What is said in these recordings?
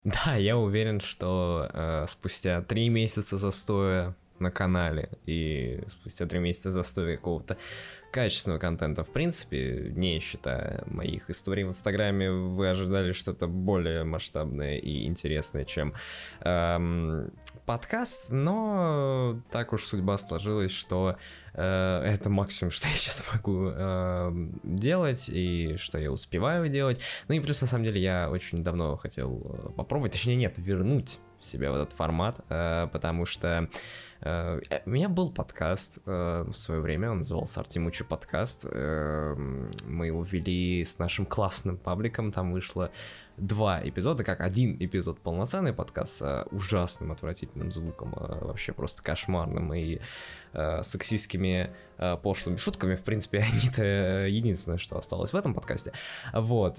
Да, я уверен, что спустя 3 месяца застоя на канале и спустя 3 месяца застоя какого-то качественного контента, в принципе, не считая моих историй в Инстаграме, вы ожидали что-то более масштабное и интересное, чем подкаст, но так уж судьба сложилась, что это максимум, что я сейчас могу делать и что я успеваю делать. Ну и плюс, на самом деле, я очень давно хотел попробовать, точнее нет, вернуть себя в этот формат, потому что у меня был подкаст в свое время, он назывался Артемучи подкаст. Мы его вели с нашим классным пабликом, там вышло 2 эпизода, как один эпизод полноценный подкаст с ужасным, отвратительным звуком, вообще просто кошмарным и сексистскими пошлыми шутками. В принципе, они-то единственное, что осталось в этом подкасте. Вот.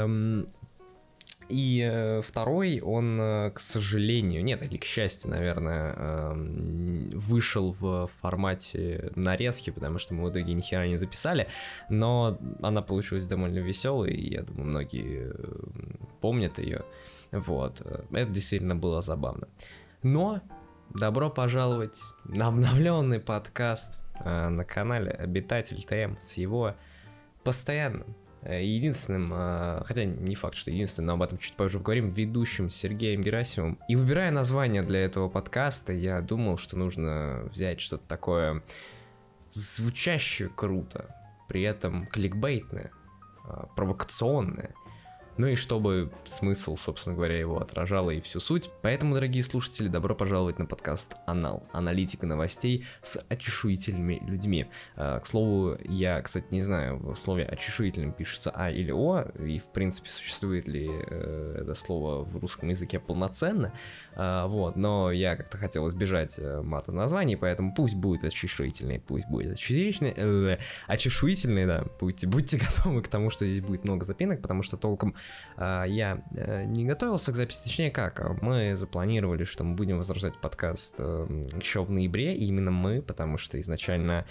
И второй, он, к сожалению, нет, или к счастью, наверное, вышел в формате нарезки, потому что мы в итоге ни хера не записали, но она получилась довольно веселой, и я думаю, многие помнят ее. Вот, это действительно было забавно. Но добро пожаловать на обновленный подкаст на канале Обитатель ТМ с его постоянным, единственным, хотя не факт, что единственным, но об этом чуть позже поговорим, ведущим Сергеем Герасимовым. И выбирая название для этого подкаста, я думал, что нужно взять что-то такое звучащее круто, при этом кликбейтное, провокационное. Ну и чтобы смысл, собственно говоря, его отражал и всю суть. Поэтому, дорогие слушатели, добро пожаловать на подкаст «Анал», аналитика новостей с очешуительными людьми. К слову, я, кстати, не знаю, в слове «очешуительным» пишется «а» или «о», и, в принципе, существует ли это слово в русском языке полноценно, вот, но я как-то хотел избежать мата названий, поэтому пусть будет очешуительный, пусть будет очешуительный, да, будьте готовы к тому, что здесь будет много запинок, потому что толком я не готовился к записи, точнее как, мы запланировали, что мы будем возрождать подкаст еще в ноябре, и именно мы, потому что изначально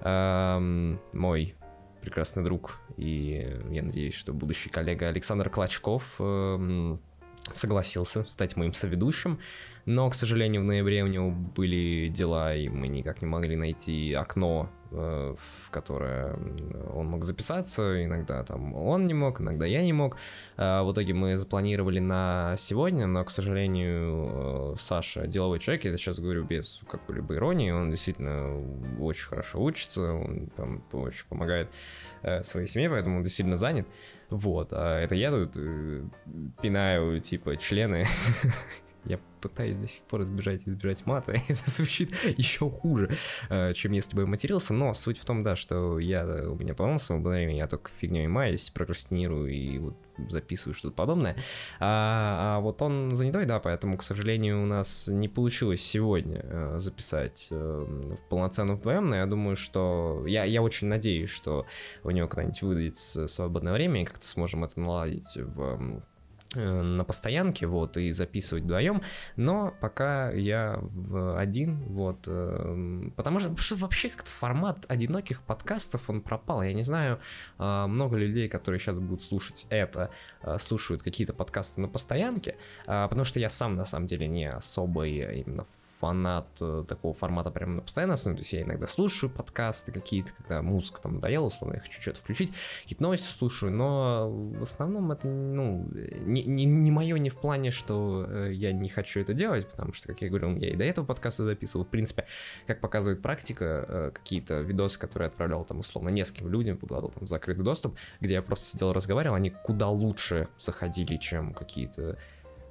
мой прекрасный друг и, я надеюсь, что будущий коллега Александр Клочков согласился стать моим соведущим, но, к сожалению, в ноябре у него были дела, и мы никак не могли найти окно, в которое он мог записаться. Иногда там он не мог, иногда я не мог. В итоге мы запланировали на сегодня, но, к сожалению, Саша деловой человек, я это сейчас говорю без какой-либо иронии, он действительно очень хорошо учится, он там очень помогает своей семье, поэтому он действительно занят. Вот, а это я тут пинаю, типа, члены. Я пытаюсь до сих пор избежать мата, и это звучит еще хуже, чем если бы я матерился, но суть в том, да, что у меня полно свободного времени, я только фигней маюсь, прокрастинирую и вот записываю что-то подобное, а вот он занятой, да, поэтому, к сожалению, у нас не получилось сегодня записать полноценно вдвоем, но я думаю, что, я очень надеюсь, что у него когда-нибудь выйдет свободное время, и как-то сможем это наладить на постоянке, вот, и записывать вдвоем, но пока я один, вот, потому что вообще как-то формат одиноких подкастов, он пропал, я не знаю, много людей, которые сейчас будут слушать это, слушают какие-то подкасты на постоянке, потому что я сам, на самом деле, не особый именно фанат такого формата прямо на постоянной основе, то есть я иногда слушаю подкасты какие-то, когда музыка там надоела, условно, я хочу что-то включить, какие-то новости слушаю, но в основном это, ну, не мое не в плане, что я не хочу это делать, потому что, как я говорил, я и до этого подкаста записывал, в принципе, как показывает практика, какие-то видосы, которые я отправлял там, условно, нескольким людям, выкладывал там в закрытый доступ, где я просто сидел, разговаривал, они куда лучше заходили, чем какие-то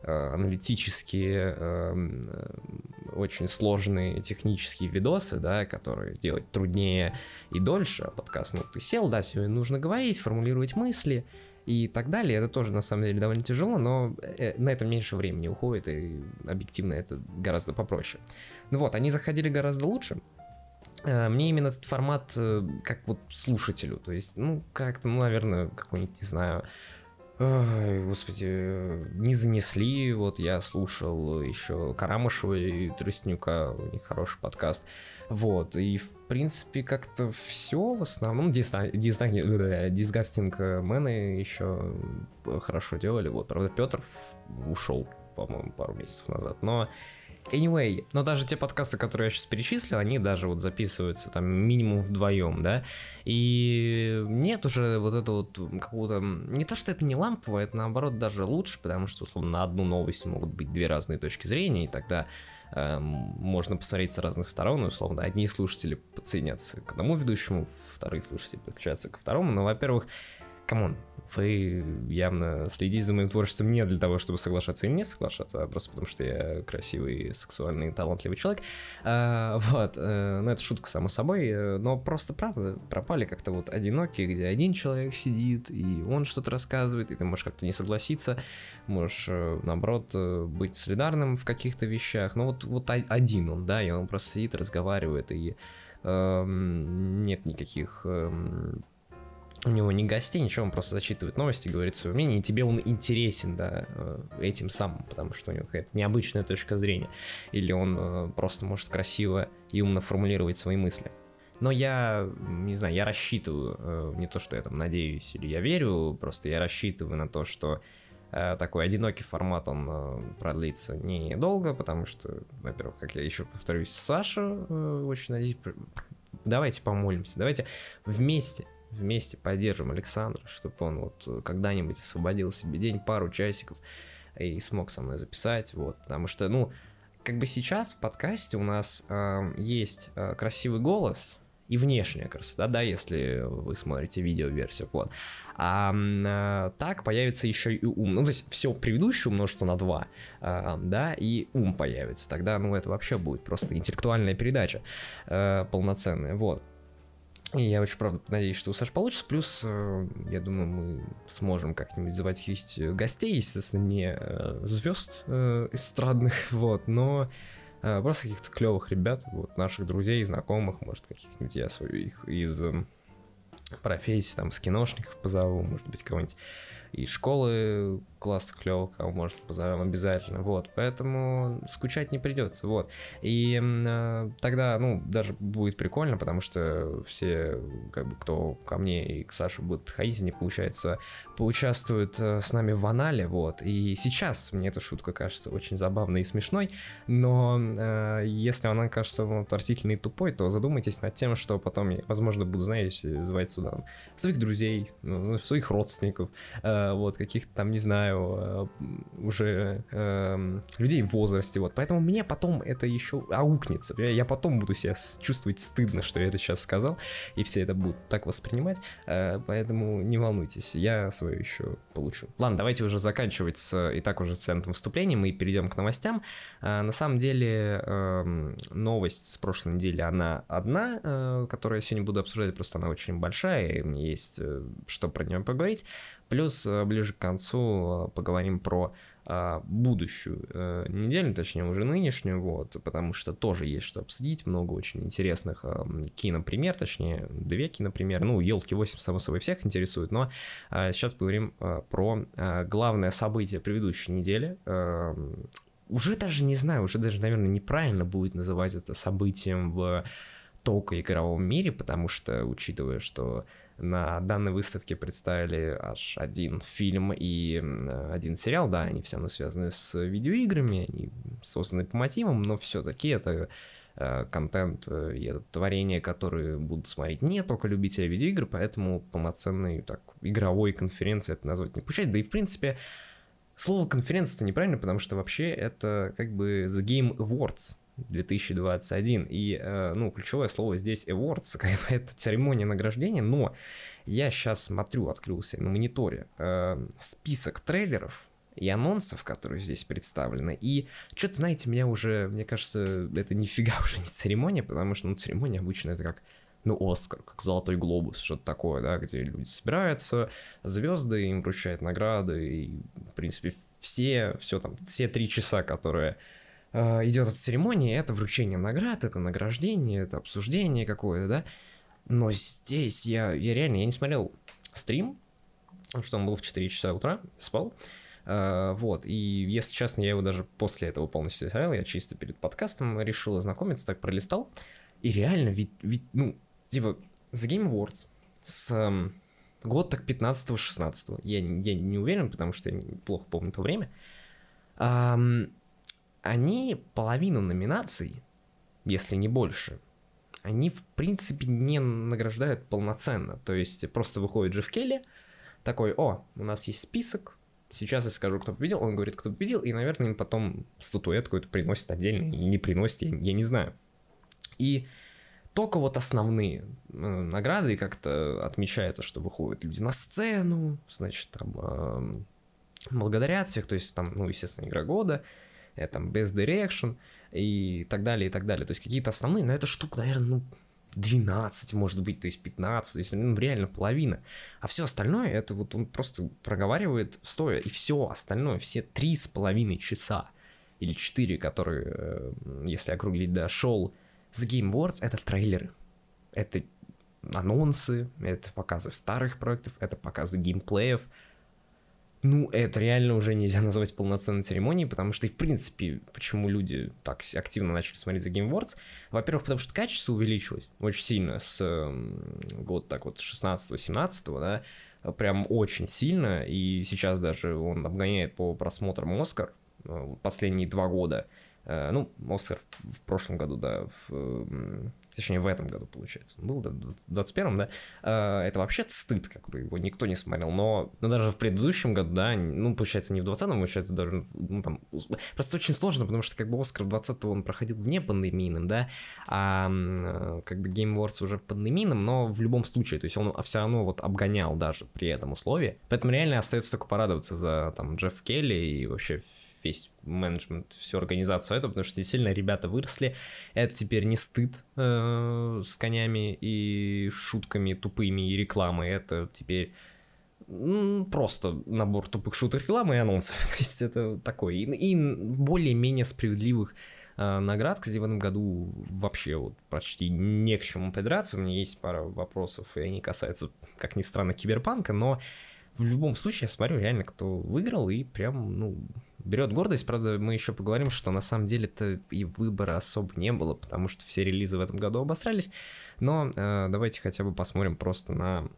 аналитические, очень сложные технические видосы, да, которые делать труднее и дольше, а подкаст, ну, ты сел, да, тебе нужно говорить, формулировать мысли и так далее, это тоже, на самом деле, довольно тяжело, но на это меньше времени уходит, и объективно это гораздо попроще. Ну вот, они заходили гораздо лучше. Мне именно этот формат, как вот слушателю, то есть, ну, как-то, ну, наверное, какой-нибудь, не знаю, ой, господи, не занесли, вот я слушал еще Карамышева и Тростнюка, у них хороший подкаст, вот, и в принципе как-то все в основном, Disgusting Мэны еще хорошо делали, вот, правда Петр ушел по-моему, пару месяцев назад. Но anyway, но даже те подкасты, которые я сейчас перечислил, они даже вот записываются там минимум вдвоем, да, и нет уже вот этого вот какого-то, не то что это не ламповое, это наоборот даже лучше, потому что, условно, на одну новость могут быть две разные точки зрения, и тогда можно посмотреть с разных сторон, и, условно, одни слушатели подсоединятся к одному ведущему, вторые слушатели подключаются ко второму, но, во-первых, камон, вы явно следите за моим творчеством не для того, чтобы соглашаться или не соглашаться, а просто потому, что я красивый, сексуальный, талантливый человек. Вот, ну это шутка, само собой, но просто правда, пропали как-то вот одинокие, где один человек сидит, и он что-то рассказывает, и ты можешь как-то не согласиться, можешь, наоборот, быть солидарным в каких-то вещах, но вот один он, да, и он просто сидит, разговаривает, и нет никаких... У него не гостей, ничего, он просто зачитывает новости, говорит свое мнение, и тебе он интересен, да, этим самым, потому что у него какая-то необычная точка зрения, или он просто может красиво и умно формулировать свои мысли. Но я, не знаю, я рассчитываю, не то, что я там надеюсь или я верю, просто я рассчитываю на то, что такой одинокий формат, он продлится недолго, потому что, во-первых, как я еще повторюсь, Саша, очень надеюсь, давайте помолимся, давайте вместе поддержим Александра, чтобы он вот когда-нибудь освободил себе день, пару часиков и смог со мной записать, вот, потому что, ну, как бы сейчас в подкасте у нас есть красивый голос и внешняя красота, да, если вы смотрите видеоверсию, вот, так появится еще и ум, ну, то есть все предыдущее умножится на 2, да, и ум появится, тогда, ну, это вообще будет просто интеллектуальная передача полноценная, вот. И я очень, правда, надеюсь, что у Саши получится. Плюс, я думаю, мы сможем как-нибудь заводить гостей, естественно, не звезд эстрадных, вот, но просто каких-то клевых ребят, вот, наших друзей, знакомых, может, каких-нибудь я их из профессий, там, с киношников позову, может быть, кого-нибудь из школы классных клевых, кого, может, позовем обязательно, вот, поэтому скучать не придется, вот, и тогда, ну, даже будет прикольно, потому что все, как бы, кто ко мне и к Саше будут приходить, они, получается, поучаствуют с нами в анале, вот, и сейчас мне эта шутка кажется очень забавной и смешной, но если она кажется вам отвратительной и тупой, то задумайтесь над тем, что потом я, возможно, буду, знаете, звать сюда своих друзей, своих родственников, вот, каких-то там, не знаю, уже людей в возрасте, вот, поэтому мне потом это еще аукнется, я потом буду себя чувствовать стыдно, что я это сейчас сказал, и все это будут так воспринимать, поэтому не волнуйтесь, я свое еще получу. Ладно, давайте уже заканчивать с и так уже ценным вступлением и перейдем к новостям. На самом деле, новость с прошлой недели, она одна, которую я сегодня буду обсуждать, просто она очень большая, и мне есть что про нее поговорить. Плюс ближе к концу поговорим про будущую неделю, точнее уже нынешнюю, вот, потому что тоже есть что обсудить, много очень интересных кинопремьер, точнее 2 кинопремьеры, ну, елки 8, само собой, всех интересует, но сейчас поговорим про главное событие предыдущей недели. Уже даже не знаю, уже даже, наверное, неправильно будет называть это событием в только игровом мире, потому что, учитывая, что на данной выставке представили аж один фильм и один сериал, да, они все равно связаны с видеоиграми, они созданы по мотивам, но все-таки это контент и это творение, которые будут смотреть не только любители видеоигр, поэтому полноценной так игровой конференции это назвать не получается, да и в принципе слово конференция-то неправильно, потому что вообще это как бы The Game Awards 2021, и, ну, ключевое слово здесь awards, как бы это церемония награждения, но я сейчас смотрю, открылся на мониторе список трейлеров и анонсов, которые здесь представлены, и что-то, знаете, мне кажется, это нифига уже не церемония, потому что, ну, церемония обычно это как, ну, Оскар, как Золотой глобус, что-то такое, да, где люди собираются, звезды, им вручают награды, и, в принципе, все 3 часа, которые идет от церемонии, это вручение наград, это награждение, это обсуждение какое-то, да, но здесь я реально, я не смотрел стрим, потому что он был в 4 часа утра, спал, вот, и, если честно, я его даже после этого полностью смотрел, я чисто перед подкастом решил ознакомиться, так пролистал, и реально, ведь ну, типа, The Game Awards с год так 15-16, я не уверен, потому что я плохо помню то время, Они половину номинаций, если не больше, они, в принципе, не награждают полноценно. То есть просто выходит Джефф Келли, такой: о, у нас есть список, сейчас я скажу, кто победил. Он говорит, кто победил, и, наверное, им потом статуэтку эту приносит отдельно, или не приносит, я не знаю. И только вот основные награды, и как-то отмечается, что выходят люди на сцену, значит, там благодарят всех, то есть там, ну, естественно, игра года, там Best Direction и так далее, и так далее. То есть какие-то основные, но это штук, наверное, ну, 12, может быть, то есть 15, то есть, ну, реально половина. А все остальное, это вот он просто проговаривает стоя, и все остальное, все 3,5 часа или 4, которые, если округлить до шоу The Game Awards, это трейлеры, это анонсы, это показы старых проектов, это показы геймплеев. Ну, это реально уже нельзя назвать полноценной церемонией, потому что, и в принципе, почему люди так активно начали смотреть The Game Awards, во-первых, потому что качество увеличилось очень сильно с вот так вот 16-17, да, прям очень сильно, и сейчас даже он обгоняет по просмотрам Оскар последние 2 года. Ну, Оскар в прошлом году, да, точнее, в этом году, получается, он был, да, в 21-м, да, это вообще стыд, как бы, его никто не смотрел, но даже в предыдущем году, да, ну, получается, не в 20-м, получается, даже, ну, там, просто очень сложно, потому что, как бы, Оскар в 20-м он проходил вне пандемийным, да, а, как бы, Game Awards уже в пандемийном, но в любом случае, то есть он все равно вот обгонял даже при этом условии, поэтому реально остается только порадоваться за, там, Джефф Келли и вообще весь менеджмент, всю организацию этого, потому что действительно ребята выросли, это теперь не стыд с конями и шутками тупыми и рекламой, это теперь просто набор тупых шуток, рекламы и анонсов, то есть это такой, и более-менее справедливых наград, кстати, в этом году вообще вот почти не к чему придраться, у меня есть пара вопросов, и они касаются, как ни странно, киберпанка, но в любом случае я смотрю реально, кто выиграл, и прям, ну, берет гордость. Правда, мы еще поговорим, что на самом деле-то и выбора особо не было, потому что все релизы в этом году обосрались. Но давайте хотя бы посмотрим просто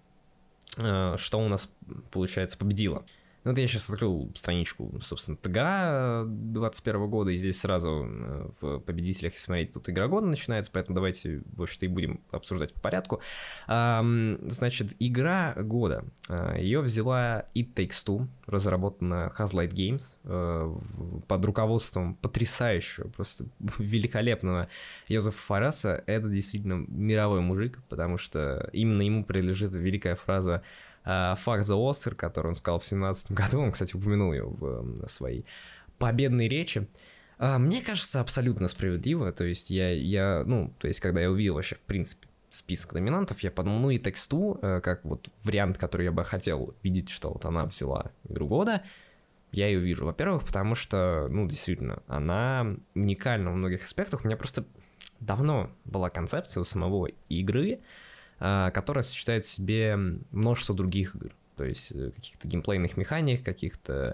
на что у нас, получается, победило. Ну, вот я сейчас открыл страничку, собственно, ТГА 21 года, и здесь сразу в победителях, если смотреть, тут игра года начинается, поэтому давайте, в общем-то, и будем обсуждать по порядку. Значит, игра года. Ее взяла It Takes Two, разработана Hazlight Games, под руководством потрясающего, просто великолепного Йозефа Фараса. Это действительно мировой мужик, потому что именно ему принадлежит великая фраза «Fuck the Oscar», который он сказал в 2017 году, он, кстати, упомянул ее в своей победной речи. Мне кажется, абсолютно справедливо, то есть ну, то есть когда я увидел вообще, в принципе, список номинантов, я подумал, ну и It Takes Two, как вот вариант, который я бы хотел видеть, что вот она взяла игру года, я ее вижу. Во-первых, потому что, ну, действительно, она уникальна во многих аспектах. У меня просто давно была концепция у самого игры, которая сочетает в себе множество других игр, то есть каких-то геймплейных механик, каких-то,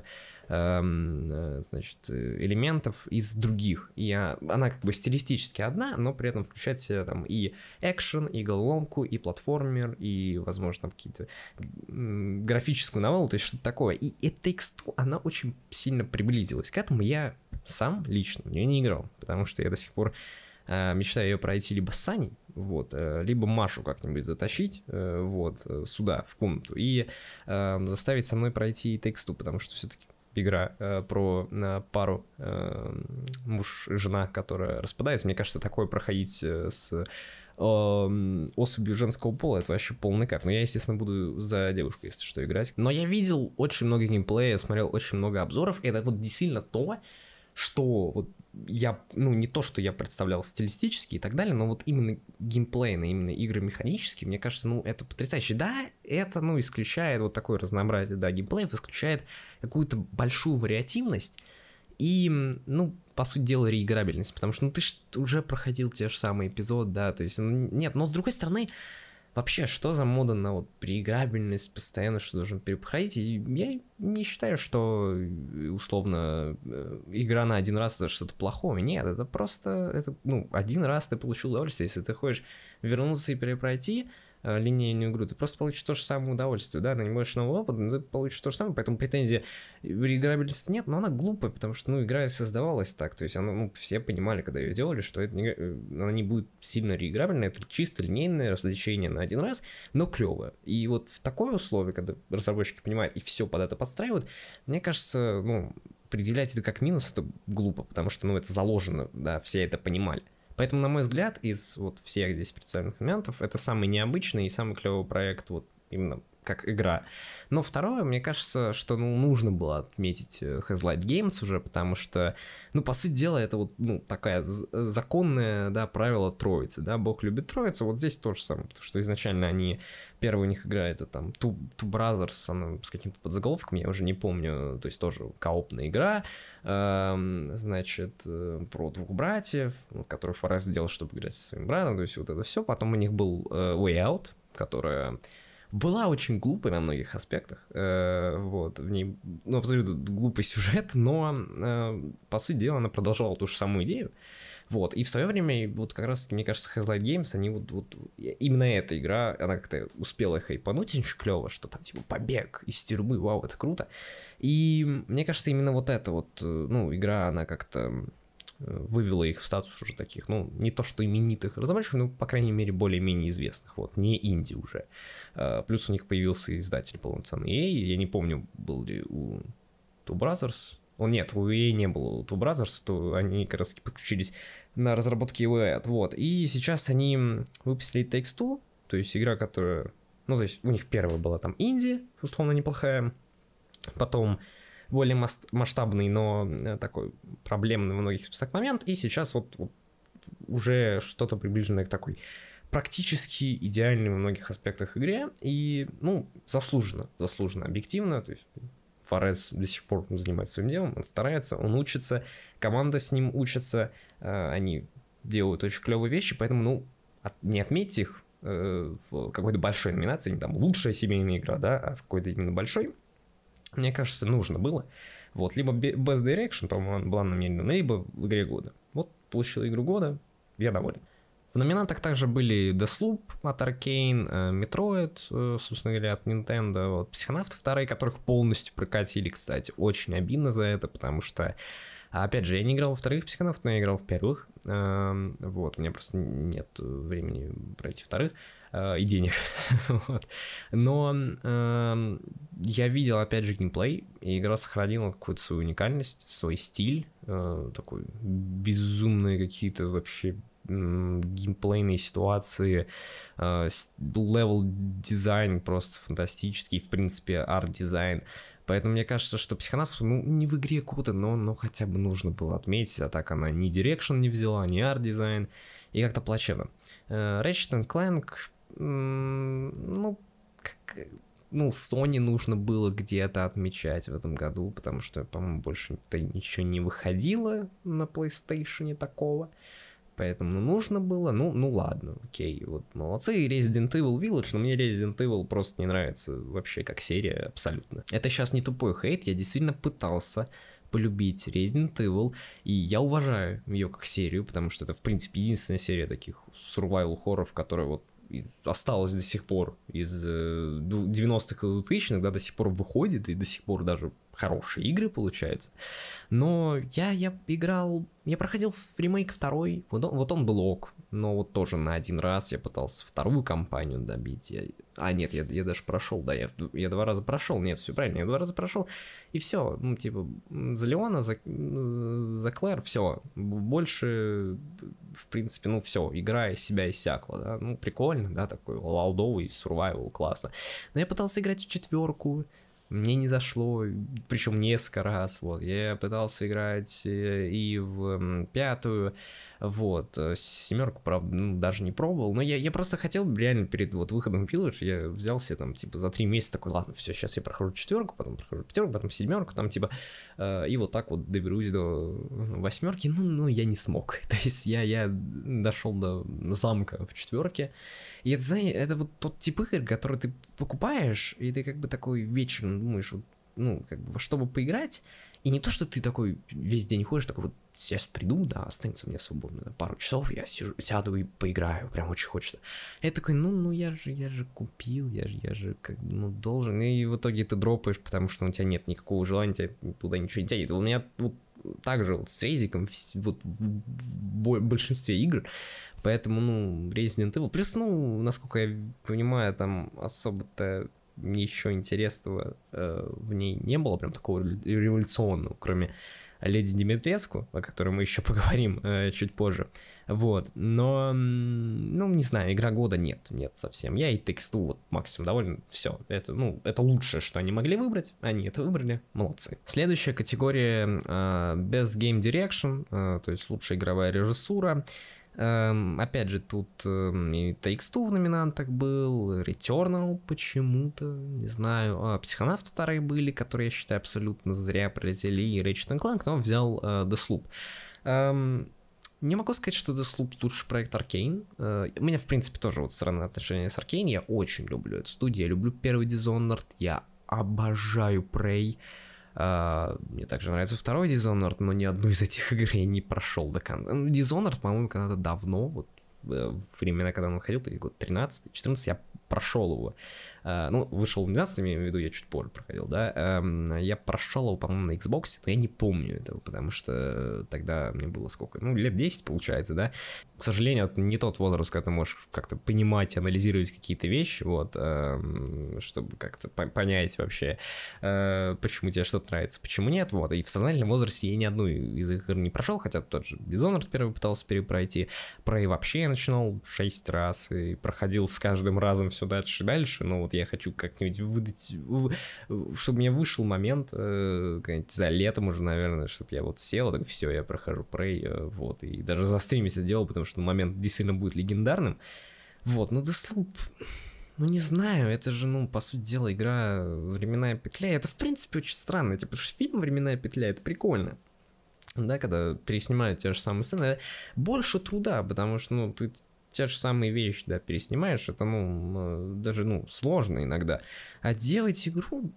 значит, элементов из других. И она как бы стилистически одна, но при этом включает в себя там и экшен, и головоломку, и платформер, и, возможно, какие-то графическую новеллу, то есть что-то такое. И It Takes Two, она очень сильно приблизилась к этому. Я сам лично в нее не играл, потому что я до сих пор мечтаю ее пройти либо с Саней, вот, либо Машу как-нибудь затащить, вот, сюда, в комнату, и заставить со мной пройти Takes Two, потому что все-таки игра про пару муж и жена, которая распадается. Мне кажется, такое проходить с особью женского пола, это вообще полный кайф. Но я, естественно, буду за девушку, если что, играть. Но я видел очень много геймплея, смотрел очень много обзоров, и это вот действительно то, что вот я, ну, не то, что я представлял стилистически и так далее, но вот именно геймплейно, именно игры механические, мне кажется, ну, это потрясающе. Да, это, ну, исключает вот такое разнообразие, да, геймплеев, исключает какую-то большую вариативность и, ну, по сути дела, реиграбельность, потому что, ну, ты ж уже проходил те же самые эпизоды, да, то есть, ну, нет, но с другой стороны, вообще, что за мода на вот преиграбельность, постоянно что должен перепроходить? И я не считаю, что условно игра на один раз это что-то плохое. Нет, это просто, это, ну, один раз ты получил удовольствие. Если ты хочешь вернуться и перепройти, линейную игру, ты просто получишь то же самое удовольствие, да, не можешь новый опыт, но ты получишь то же самое, поэтому претензии реиграбельности нет, но она глупая, потому что, ну, игра создавалась так, то есть она, ну, все понимали, когда ее делали, что это она не будет сильно реиграбельная, это чисто линейное развлечение на один раз, но клевое. И вот в такое условие, когда разработчики понимают и все под это подстраивают, мне кажется, ну, предъявлять это как минус, это глупо, потому что, ну, это заложено, да, все это понимали. Поэтому, на мой взгляд, из вот всех здесь представленных моментов, это самый необычный и самый клевый проект, вот именно как игра. Но второе, мне кажется, что, ну, нужно было отметить Hazelight Games уже, потому что, ну, по сути дела, это вот, ну, такая законное, да, правило троицы, да, Бог любит троицу, вот здесь то же самое, потому что изначально они, первая у них игра, это там Two Brothers, она с каким-то подзаголовком, я уже не помню, то есть тоже коопная игра, значит, про двух братьев, которые Форрест сделал, чтобы играть со своим братом, то есть вот это все, потом у них был Way Out, которая была очень глупой на многих аспектах, вот, в ней, ну, абсолютно глупый сюжет, но, по сути дела, она продолжала ту же самую идею, вот, и в свое время, вот как раз, мне кажется, Hazelight Games, они вот именно эта игра, она как-то успела хайпануть очень клево, что там, типа, побег из тюрьмы, вау, это круто, и мне кажется, именно вот эта вот, ну, игра, она как-то вывела их в статус уже таких, ну, не то что именитых разработчиков, но, по крайней мере, более-менее известных, вот, не инди уже. Плюс у них появился издатель полноценный EA, я не помню, был ли у Two Brothers, нет, у EA не было у Two Brothers, то они как раз подключились на разработки EA, вот, и сейчас они выпустили It Takes Two, то есть игра, которая, ну, то есть у них первая была там инди, условно неплохая, потом более масштабный, но такой проблемный во многих местах момент, и сейчас вот уже что-то приближенное к такой практически идеальной во многих аспектах игре, и, ну, заслуженно, объективно, то есть Форез до сих пор занимается своим делом, он старается, он учится, команда с ним учится, они делают очень клевые вещи, поэтому, ну, не отметьте их в какой-то большой номинации, не там лучшая семейная игра, да, а в какой-то именно большой, мне кажется, нужно было. Вот, либо Best Direction, по-моему, была номинирована, либо в игре года. Вот, получила игру года, я доволен. В номинантах также были Deathloop от Arkane, Metroid, собственно говоря, от Nintendo, вот, Психонавты 2, которых полностью прокатили, кстати, очень обидно за это, потому что, опять же, я не играл во вторых Психонавтов, но я играл в первых, вот, у меня просто нет времени пройти вторых, и денег, вот. Но я видел, опять же, геймплей, и игра сохранила какую-то свою уникальность, свой стиль, такой безумные какие-то вообще геймплейные ситуации, левел дизайн просто фантастический, в принципе, арт-дизайн. Поэтому мне кажется, что Психонавт, ну, не в игре года, но хотя бы нужно было отметить, а так она ни Direction не взяла, ни арт-дизайн, и как-то плачевно. Ratchet Clank, ну, Sony нужно было где-то отмечать в этом году, потому что, по-моему, больше-то ничего не выходило на PlayStation такого. Поэтому нужно было, ну ладно, окей, вот молодцы, Resident Evil Village, но мне Resident Evil просто не нравится вообще как серия абсолютно. Это сейчас не тупой хейт, я действительно пытался полюбить Resident Evil, и я уважаю ее как серию, потому что это, в принципе, единственная серия таких survival хорроров, которая вот осталась до сих пор из 90-х и 2000-х, да, до сих пор выходит, и до сих пор даже хорошие игры получаются. Но я играл, я проходил ремейк второй, вот он был ок, но вот тоже на один раз я пытался вторую кампанию добить. Нет, я даже прошел, да, я 2 раза прошел, нет, все правильно, я 2 раза прошел, и все, ну, типа, за Леона, за Клэр, все, больше, в принципе, ну, все, игра из себя иссякла, да, ну, прикольно, да, такой лалдовый, сурвайвал, классно. Но я пытался играть в 4, мне не зашло, причем несколько раз, вот, я пытался играть и в 5, вот, 7, правда, ну, даже не пробовал, но я просто хотел реально перед вот выходом в Village, я взял себе там, типа, за 3 месяца такой, ладно, все, сейчас я прохожу 4, потом прохожу 5, потом 7, там, типа, и вот так вот доберусь до 8, ну, я не смог, то есть я дошел до замка в 4, и это, знаете, это вот тот тип игр, который ты покупаешь, и ты как бы такой вечером думаешь, вот, ну, как бы, во что бы поиграть, И не то, что ты такой весь день ходишь, такой вот, сейчас приду, да, останется у меня свободно пару часов, я сяду и поиграю, прям очень хочется. Я такой, ну я же купил, я же как бы, ну, должен. И в итоге ты дропаешь, потому что у тебя нет никакого желания, тебя туда ничего не тянет. У меня вот так же вот с Резиком вот в большинстве игр, поэтому, ну, Resident Evil, плюс, ну, насколько я понимаю, там особо-то ничего интересного в ней не было, прям такого революционного, кроме Леди Димитреску, о которой мы еще поговорим чуть позже. Вот, но, ну, не знаю, игра года нет совсем. Я и Takes Two вот максимум доволен, все. Это, ну, это лучшее, что они могли выбрать, они это выбрали, молодцы. Следующая категория Best Game Direction, то есть лучшая игровая режиссура. Опять же, тут и Takes Two в номинантах был, Returnal почему-то, не знаю, Психонавты вторые были, которые, я считаю, абсолютно зря пролетели, и Ratchet Clank, но взял Deathloop. Не могу сказать, что Deathloop лучший проект Arkane. У меня, в принципе, тоже вот странное отношение с Arkane, я очень люблю эту студию, я люблю первый Dishonored, я обожаю Prey. Мне также нравится второй Dishonored, но ни одну из этих игр я не прошел до конца. Dishonored, по-моему, когда-то давно, вот в времена, когда он выходил, год 13-14, я прошел его. Ну, вышел в 12, имею в виду, я чуть позже проходил, да. Я прошел его, по-моему, на Xbox, но я не помню этого, потому что тогда мне было сколько? Ну, лет 10, получается, да. К сожалению, это не тот возраст, когда ты можешь как-то понимать, анализировать какие-то вещи, вот, чтобы как-то понять вообще, почему тебе что-то нравится, почему нет, вот. И в сознательном возрасте я ни одну из игр не прошел, хотя тот же Dishonored первый пытался перепройти, Prey вообще я начинал 6 раз и проходил с каждым разом все дальше и дальше, но вот я хочу как-нибудь выдать, чтобы мне вышел момент, не знаю, летом уже, наверное, чтобы я вот сел, так все, я прохожу Prey, вот, и даже за стрим это делал, потому что момент действительно будет легендарным, вот, но Deathloop, ну не знаю, это же, ну, по сути дела, игра «Временная петля», это, в принципе, очень странно, типа, потому что фильм «Временная петля» — это прикольно. Да, когда переснимают те же самые сцены, больше труда, потому что, ну, ты те же самые вещи, да, переснимаешь, это, ну, даже, ну, сложно иногда. А делать игру,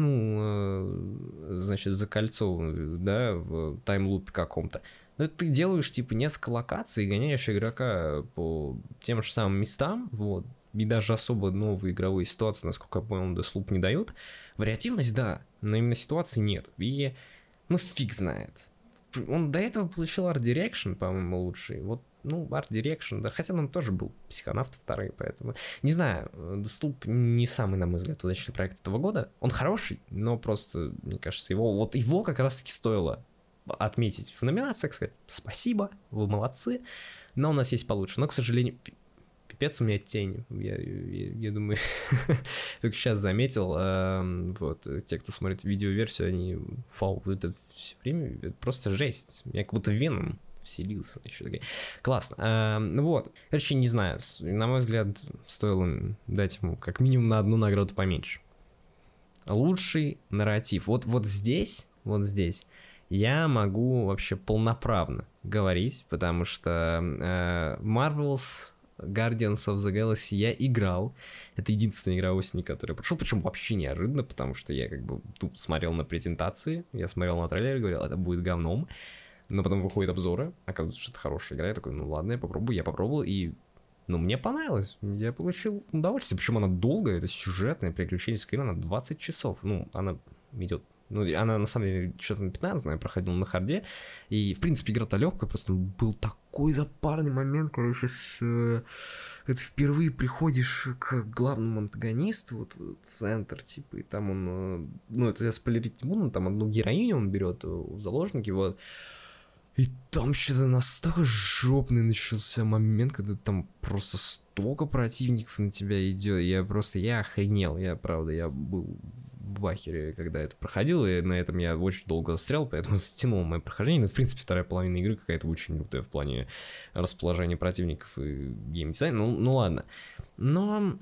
ну, значит, закольцованную, да, в таймлупе каком-то, ну, ты делаешь, типа, несколько локаций, гоняешь игрока по тем же самым местам, вот, и даже особо новые игровые ситуации, насколько я понял, Deathloop не дают. Вариативность, да, но именно ситуации нет. И, ну, фиг знает. Он до этого получил Art Direction, по-моему, лучший. Вот, ну, Art Direction, да, хотя он тоже был Психонавт второй, поэтому... Не знаю, Deathloop не самый, на мой взгляд, удачный проект этого года. Он хороший, но просто, мне кажется, его как раз-таки стоило отметить в номинациях, сказать спасибо, вы молодцы, но у нас есть получше. Но, к сожалению, пипец у меня тень. Я думаю, только сейчас заметил, вот, те, кто смотрит видеоверсию, они, это все время это просто жесть. Я как будто Веном вселился. Еще такой. Классно. Вот. Короче, не знаю, на мой взгляд, стоило дать ему как минимум на одну награду поменьше. Лучший нарратив. Вот здесь я могу вообще полноправно говорить, потому что Marvel's Guardians of the Galaxy я играл. Это единственная игра осени, которую я прошел, причем вообще неожиданно, потому что я как бы тут смотрел на презентации, я смотрел на трейлер и говорил, это будет говном. Но потом выходят обзоры, оказывается, что это хорошая игра, я такой, ну ладно, я попробовал, и ну, мне понравилось, я получил удовольствие, причем она долгая, это сюжетная приключенческая игра на 20 часов, ну, она идет. Ну, она, на самом деле, что-то на 15, но я проходил на харде. И, в принципе, игра-то легкая, просто был такой запарный момент, короче, ты впервые приходишь к главному антагонисту, вот в центр, типа, и там он, ну, это я спойлерить не буду, там одну героиню он берет в заложники, вот. И там что-то настолько жопный начался момент, когда там просто столько противников на тебя идет. Я охренел, я был в бахере, когда это проходил, и на этом я очень долго застрял, поэтому затянул мое прохождение. Но, в принципе, вторая половина игры какая-то очень лютая в плане расположения противников и геймдизайна. Ну ладно. Но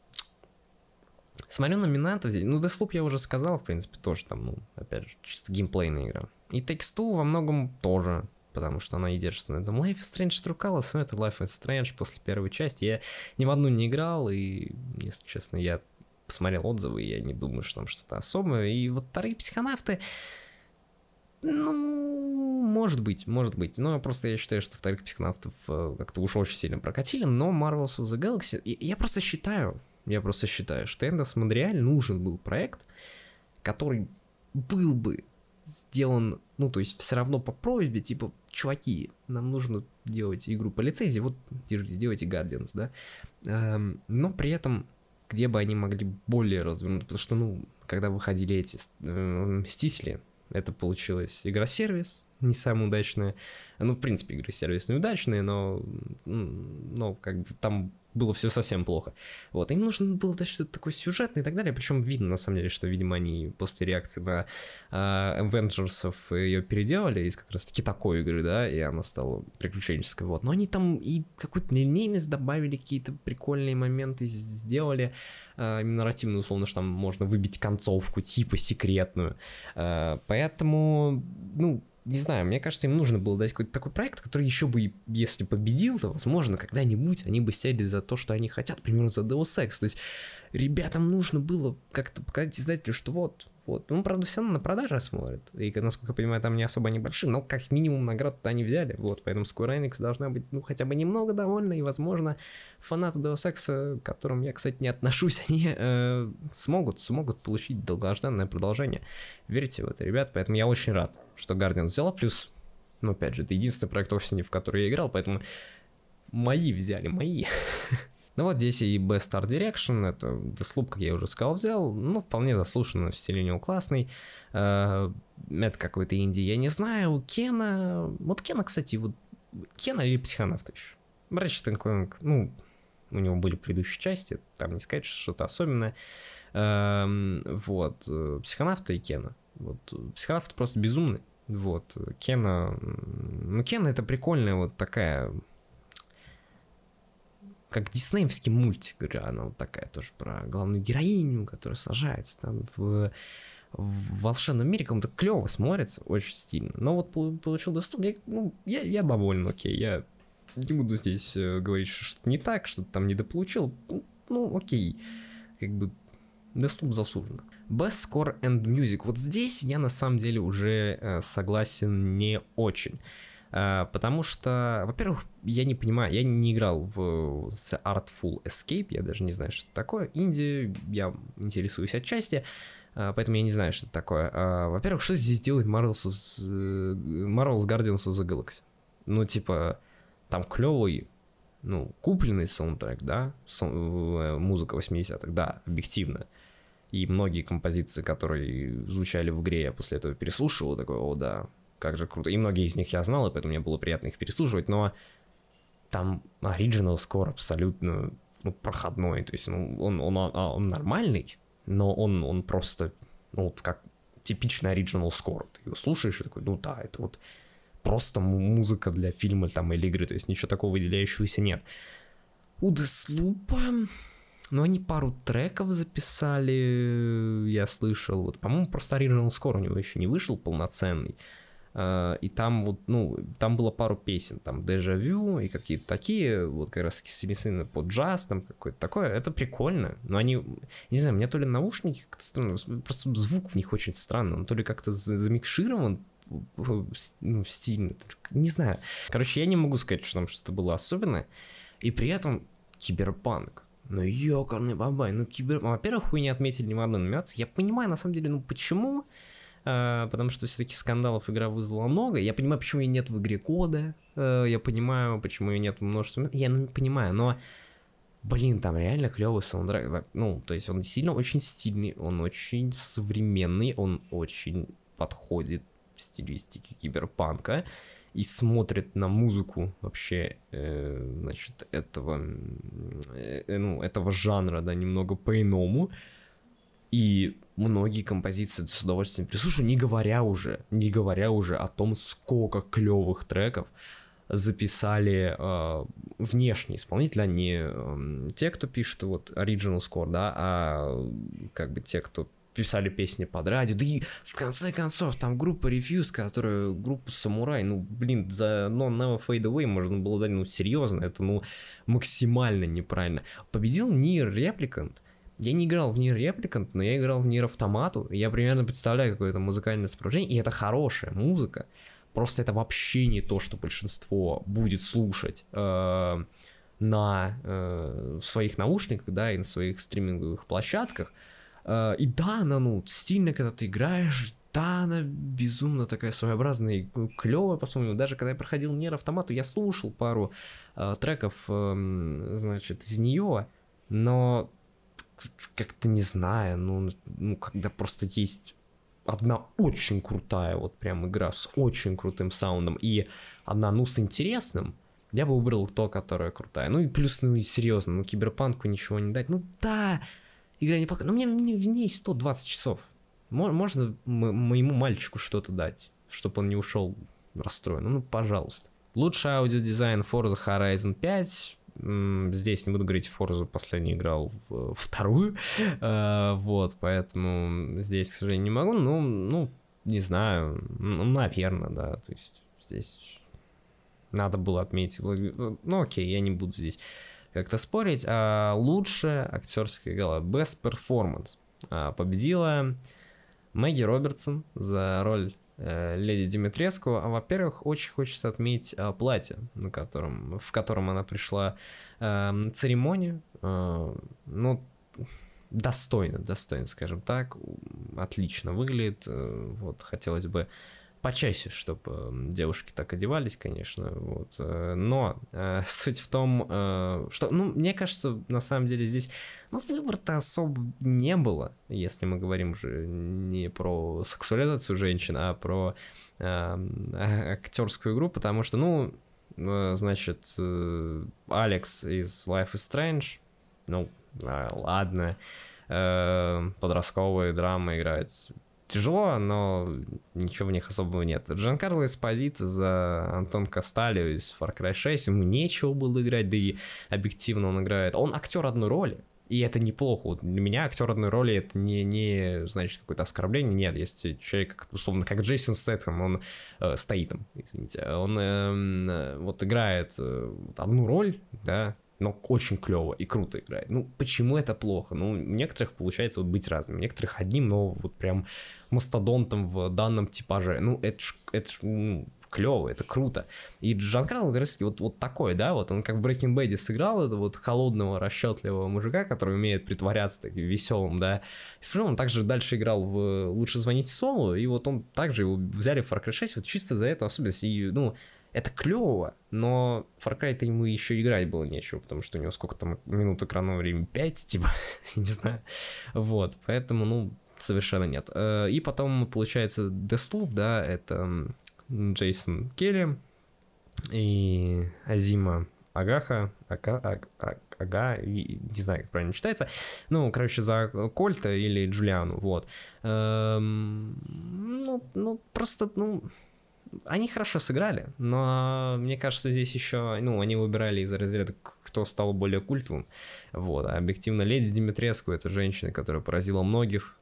смотрю номинантов здесь. Ну, Deathloop я уже сказал, в принципе, тоже там, ну, опять же, чисто геймплейная игра. И Takes Two во многом тоже, потому что она и держится на этом. Life is Strange True Colors, но это Life is Strange после первой части. Я ни в одну не играл, и, если честно, я посмотрел отзывы, и я не думаю, что там что-то особое. И вот вторые Психонавты, Ну, может быть. Но просто я считаю, что вторых психонавтов как-то уж очень сильно прокатили, но Marvels of the Galaxy... Я просто считаю, что Эндос Монреаль нужен был проект, который был бы сделан, ну, то есть все равно по просьбе, типа, чуваки, нам нужно делать игру по лицензии, вот, держите, сделайте Guardians, да, но при этом, где бы они могли более развернуть, потому что, ну, когда выходили эти Мстители, это получилась игра-сервис, не самая удачная, ну, в принципе, игры-сервис неудачные, но как бы там было все совсем плохо. Вот, им нужно было дать что-то такое сюжетное и так далее, причем видно, на самом деле, что, видимо, они после реакции на Avengers ее переделали из как раз-таки такой игры, да, и она стала приключенческой, вот. Но они там и какую-то линейность добавили, какие-то прикольные моменты сделали, именно нарративную, условно, что там можно выбить концовку, типа секретную, поэтому, ну, не знаю, мне кажется, им нужно было дать какой-то такой проект, который еще бы, если победил, то, возможно, когда-нибудь они бы сели за то, что они хотят, примерно за Deus Ex. То есть ребятам нужно было как-то показать издателю, что вот. Ну, правда, все равно на продажи смотрят. И, насколько я понимаю, там не особо небольшие, но как минимум награду-то они взяли. Вот, поэтому Square Enix должна быть, ну, хотя бы немного довольна, и, возможно, фанаты Deus Ex, к которым я, кстати, не отношусь, они смогут получить долгожданное продолжение. Верьте в это, ребят, поэтому я очень рад, что Guardians взяла, плюс, ну, опять же, это единственный проект осени, в который я играл, поэтому мои взяли. Ну вот здесь и Best Art Direction, это Deathloop, как я уже сказал, взял, ну, вполне заслуженно, в стиле у него классный, это какой-то инди, я не знаю, Кена, вот Кена, кстати, вот Кена или Психонавт еще, Ratchet & Clank, ну, у него были предыдущие части, там не сказать, что что-то особенное, вот, Психонавта и Кена, вот, Психонавт просто безумный, вот, Кена, ну, Кена это прикольная вот такая... как диснеевский мультик, она вот такая тоже про главную героиню, которая сажается там в волшебном мире, как-то клево смотрится, очень стильно. Но вот получил доступ, я доволен, окей, я не буду здесь говорить, что что-то не так, что-то там недополучил, ну окей, как бы доступ заслуженно. Best Score and Music, вот здесь я на самом деле уже согласен не очень. Потому что, во-первых, я не понимаю, я не играл в The Artful Escape, я даже не знаю, что это такое. Инди, я интересуюсь отчасти, поэтому я не знаю, что это такое. Во-первых, что здесь делает Marvel's Guardians of the Galaxy? Ну, типа, там клевый, ну, купленный саундтрек, да, музыка 80-х, да, объективно. И многие композиции, которые звучали в игре, я после этого переслушивал, такой, о, да, как же круто. И многие из них я знал, и поэтому мне было приятно их переслушивать, но там Original Score абсолютно, ну, проходной. То есть, ну, он нормальный, но он просто, ну, вот как типичный Original Score. Ты его слушаешь и такой, ну да, это вот просто музыка для фильма там, или игры, то есть ничего такого выделяющегося нет. У Deathloop, ну, они пару треков записали, я слышал, вот, по-моему, просто Original Score у него еще не вышел полноценный. И там вот, ну, там было пару песен, там Deja Vu и какие-то такие, вот как раз стилизованные под джаз, там какое-то такое, это прикольно, но они, не знаю, у меня то ли наушники как-то странно, просто звук в них очень странный, он то ли как-то замикширован, ну, стильно, не знаю. Короче, я не могу сказать, что там что-то было особенное, и при этом киберпанк. Ну, ёкарный бабай, ну, во-первых, вы не отметили ни в одной номинации, я понимаю, на самом деле, ну, почему... потому что все-таки скандалов игра вызвала много. Я понимаю, почему ее нет в игре кода. Я понимаю, почему ее нет в множестве. Я понимаю, но, блин, там реально клевый саундтрек. Ну, то есть он действительно очень стильный, он очень современный, он очень подходит в стилистике киберпанка и смотрит на музыку вообще, значит, этого жанра, да, немного по-иному. И многие композиции с удовольствием прислушаю, не говоря уже о том, сколько клевых треков записали внешние исполнители, а не те, кто пишет вот Original Score, да, а как бы те, кто писали песни под радио, да и в конце концов там группа Refuse, которая группа Самурай, ну блин, за No Never Fade Away можно было дать, ну серьезно, это ну максимально неправильно. Победил Nier Replicant, Я не играл в Nier Replicant, но я играл в Nier Automata, и я примерно представляю какое-то музыкальное сопровождение, и это хорошая музыка, просто это вообще не то, что большинство будет слушать в своих наушниках, да, и на своих стриминговых площадках. И да, она, ну, стильно, когда ты играешь, да, она безумно такая своеобразная и клевая, по-своему. Даже когда я проходил Nier Automata, я слушал пару треков, значит, из нее, но как-то не знаю, ну, когда просто есть одна очень крутая вот прям игра с очень крутым саундом и одна, ну, с интересным, я бы выбрал то, которая крутая. Ну и плюс, ну и серьезно, ну, Киберпанку ничего не дать. Ну да, игра неплохая, но мне в ней 120 часов. Можно моему мальчику что-то дать, чтобы он не ушел расстроен? Ну, пожалуйста. Лучший аудиодизайн Forza Horizon 5. Здесь не буду говорить, Forza последний играл в вторую. Вот, поэтому здесь, к сожалению, не могу. Ну, не знаю. Наверное, да. То есть здесь надо было отметить. Ну, окей, я не буду здесь как-то спорить. Лучшая актерская игра, Best Performance, победила Мэгги Робертсон за роль леди Димитреску. Во-первых, очень хочется отметить платье, в котором она пришла на церемонию. Ну, достойно, скажем так. Отлично выглядит. Вот, хотелось бы почаще, чтобы девушки так одевались, конечно, вот. Но суть в том, что, ну, мне кажется, на самом деле здесь, ну, выбора-то особо не было, если мы говорим уже не про сексуализацию женщин, а про актерскую игру, потому что, ну, значит, Алекс из Life is Strange, ну, ладно, подростковая драма играет тяжело, но ничего в них особого нет. Джанкарло Эспозито за Антон Касталио из Far Cry 6. Ему нечего было играть, да и объективно он играет. Он актер одной роли, и это неплохо. Вот для меня актер одной роли это не значит какое-то оскорбление. Нет, если человек, условно, как Джейсон Стэтхэм, он Стейтем, извините, он вот играет одну роль, да, но очень клево и круто играет. Ну, почему это плохо? Ну, у некоторых получается вот быть разным, у некоторых одним, но вот прям мастодонтом в данном типаже. Ну, это ж клево, это круто. И Джанкарло Гарески вот такой, да, вот он как в Breaking Bad сыграл этого вот холодного, расчетливого мужика, который умеет притворяться таким веселым, да. И он также дальше играл в «Лучше звоните Солу», и вот он также его взяли в Far Cry 6 вот чисто за эту особенность. И, ну, это клево, но Far Cry-то ему еще играть было нечего, потому что у него сколько там минут экранного времени? 5, типа, не знаю. Вот, поэтому, ну, совершенно нет. И потом, получается, Deathloop, да, это Джейсон Келли и Азима Ага, не знаю, как правильно читается. Ну, короче, за Кольта или Джулиану, вот. Ну, просто, ну... Они хорошо сыграли, но мне кажется, здесь еще, ну, они выбирали из разряда, кто стал более культовым. Вот, а объективно, леди Димитреску — это женщина, которая поразила многих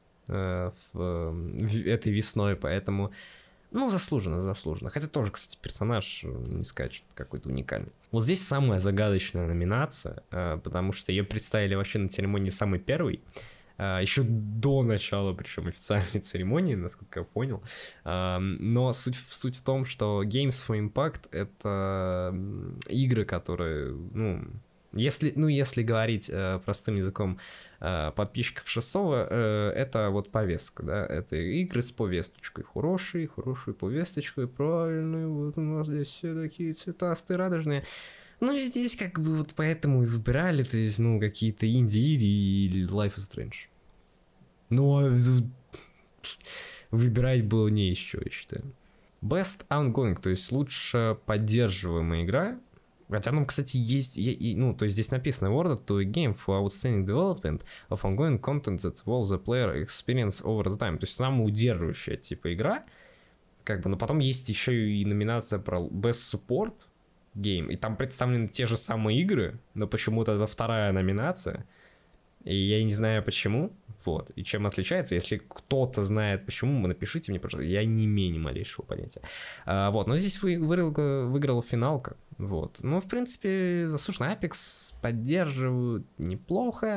этой весной, поэтому, ну, заслуженно. Хотя тоже, кстати, персонаж, не сказать, что какой-то уникальный. Вот здесь самая загадочная номинация, потому что ее представили вообще на церемонии самый первый. Еще до начала, причем официальной церемонии, насколько я понял. Но суть в том, что Games for Impact — это игры, которые, ну, если говорить простым языком подписчиков шестого, это вот повестка, да, это игры с повесточкой, хорошую повесточкой, правильную, вот у нас здесь все такие цветастые, радужные. Ну, здесь как бы вот поэтому и выбирали, то есть, ну, какие-то инди или Life is Strange. Но выбирать было не из чего, я считаю. Best Ongoing, то есть лучше поддерживаемая игра. Хотя там, кстати, есть, ну, то есть здесь написано awarded to a game for outstanding development of ongoing content that involves the player experience over the time. То есть самоудерживающая типа игра. Как бы, но потом есть еще и номинация про Best Support Game, и там представлены те же самые игры, но почему-то это вторая номинация, и я не знаю почему, вот, и чем отличается. Если кто-то знает почему, напишите мне, пожалуйста, я не имею ни малейшего понятия. Вот, но здесь выиграла финалка, вот. Ну, в принципе, заслуженно. Apex поддерживают неплохо,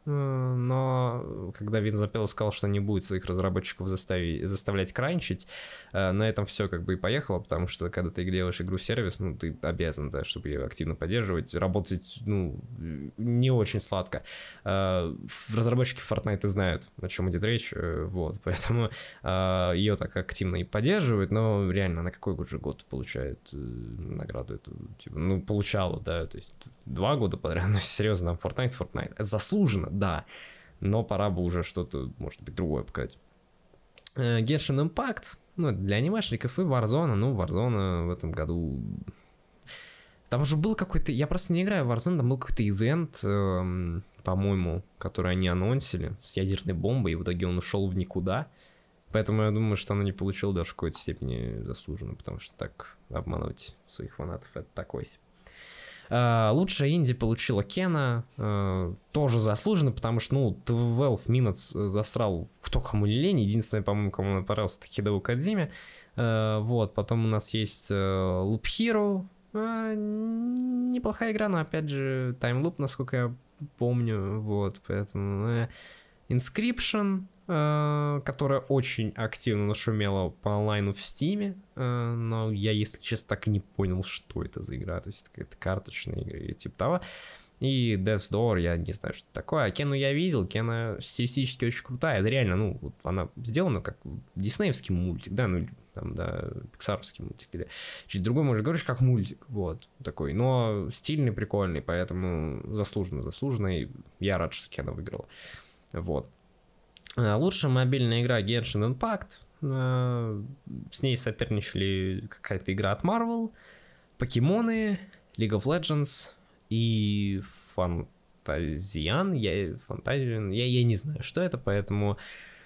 но когда Вин Запел сказал, что не будет своих разработчиков заставлять кранчить, на этом все как бы и поехало, потому что когда ты делаешь игру-сервис, ну, ты обязан, да, чтобы ее активно поддерживать, работать, ну, не очень сладко. Разработчики Fortnite знают, о чем идет речь, вот, поэтому ее так активно и поддерживают, но реально на какой же год получает награду эту, типа, ну, получала, да, то есть 2 года подряд, ну, серьезно, Fortnite, заслуженно, да, но пора бы уже что-то, может быть, другое показать. Genshin Impact, ну, для анимешников, и Warzone, ну, Warzone в этом году... Там уже был какой-то, я просто не играю в Warzone, там был какой-то ивент, по-моему, который они анонсили с ядерной бомбой, и в итоге он ушел в никуда. Поэтому я думаю, что оно не получило даже в какой-то степени заслуженно, потому что так обманывать своих фанатов — это такой себе. Лучшая инди получила Кена, тоже заслуженно, потому что, ну, 12 Minutes засрал кто кому не лень. Единственное, по-моему, кому он понравился, это Хидео Кодзиме. Вот, потом у нас есть Loop Hero, неплохая игра, но, опять же, таймлуп, насколько я помню, вот, поэтому... Inscription, которая очень активно нашумела по онлайну в Стиме, но я, если честно, так и не понял, что это за игра, то есть какая-то карточная игра или типа того. И Death's Door, я не знаю, что это такое. А Кену я видел, Кена стилистически очень крутая, это реально, ну, вот она сделана как диснеевский мультик, да, ну, там, да, пиксаровский мультик, или чуть другой, может, говоришь, как мультик, вот, такой, но стильный, прикольный, поэтому заслуженно, и я рад, что Кена выиграла. Вот. Лучшая мобильная игра Genshin Impact. С ней соперничали какая-то игра от Marvel, покемоны, League of Legends и Фантазиан. Я не знаю, что это, поэтому...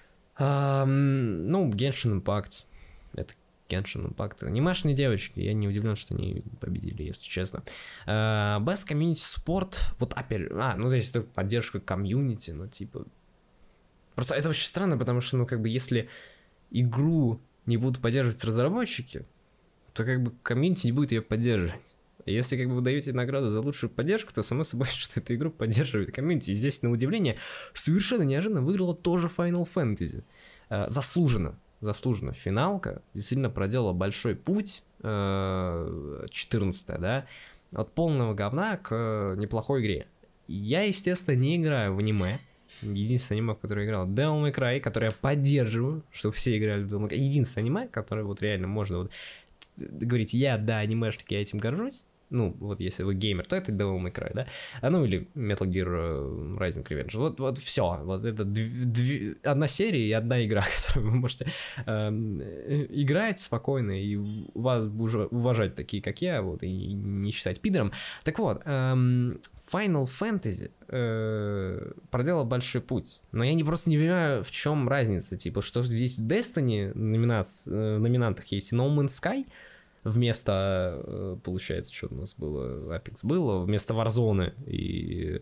ну, Genshin Impact. Это Genshin Impact. Анимешные девочки. Я не удивлен, что они победили, если честно. Best Community Support. Вот опять... ну, то есть это поддержка комьюнити, ну, типа... Просто это очень странно, потому что, ну, как бы, если игру не будут поддерживать разработчики, то, как бы, комьюнити не будет ее поддерживать. И если, как бы, вы даете награду за лучшую поддержку, то, само собой, что эту игру поддерживает комьюнити. И здесь, на удивление, совершенно неожиданно выиграла тоже Final Fantasy. Заслуженно. Финалка действительно проделала большой путь, 14-я, да, от полного говна к неплохой игре. Я, естественно, не играю в аниме. Единственное аниме, в которое я играл, Devil May Cry, которое я поддерживаю, чтобы все играли в Devil May Cry. Единственное аниме, которое вот реально можно вот говорить, да, анимешник, я этим горжусь. Ну, вот если вы геймер, то это Devil May Cry, да? Ну, или Metal Gear Rising Revenge. Вот все. Вот это одна серия и одна игра, которую вы можете играть спокойно и вас уважать такие, как я, вот, и не считать пидором. Так вот, Final Fantasy проделал большой путь. Но я просто не понимаю, в чем разница. Типа, что здесь в Destiny номинантах есть и No Man's Sky, вместо, получается, что у нас было, Apex было, вместо Warzone, и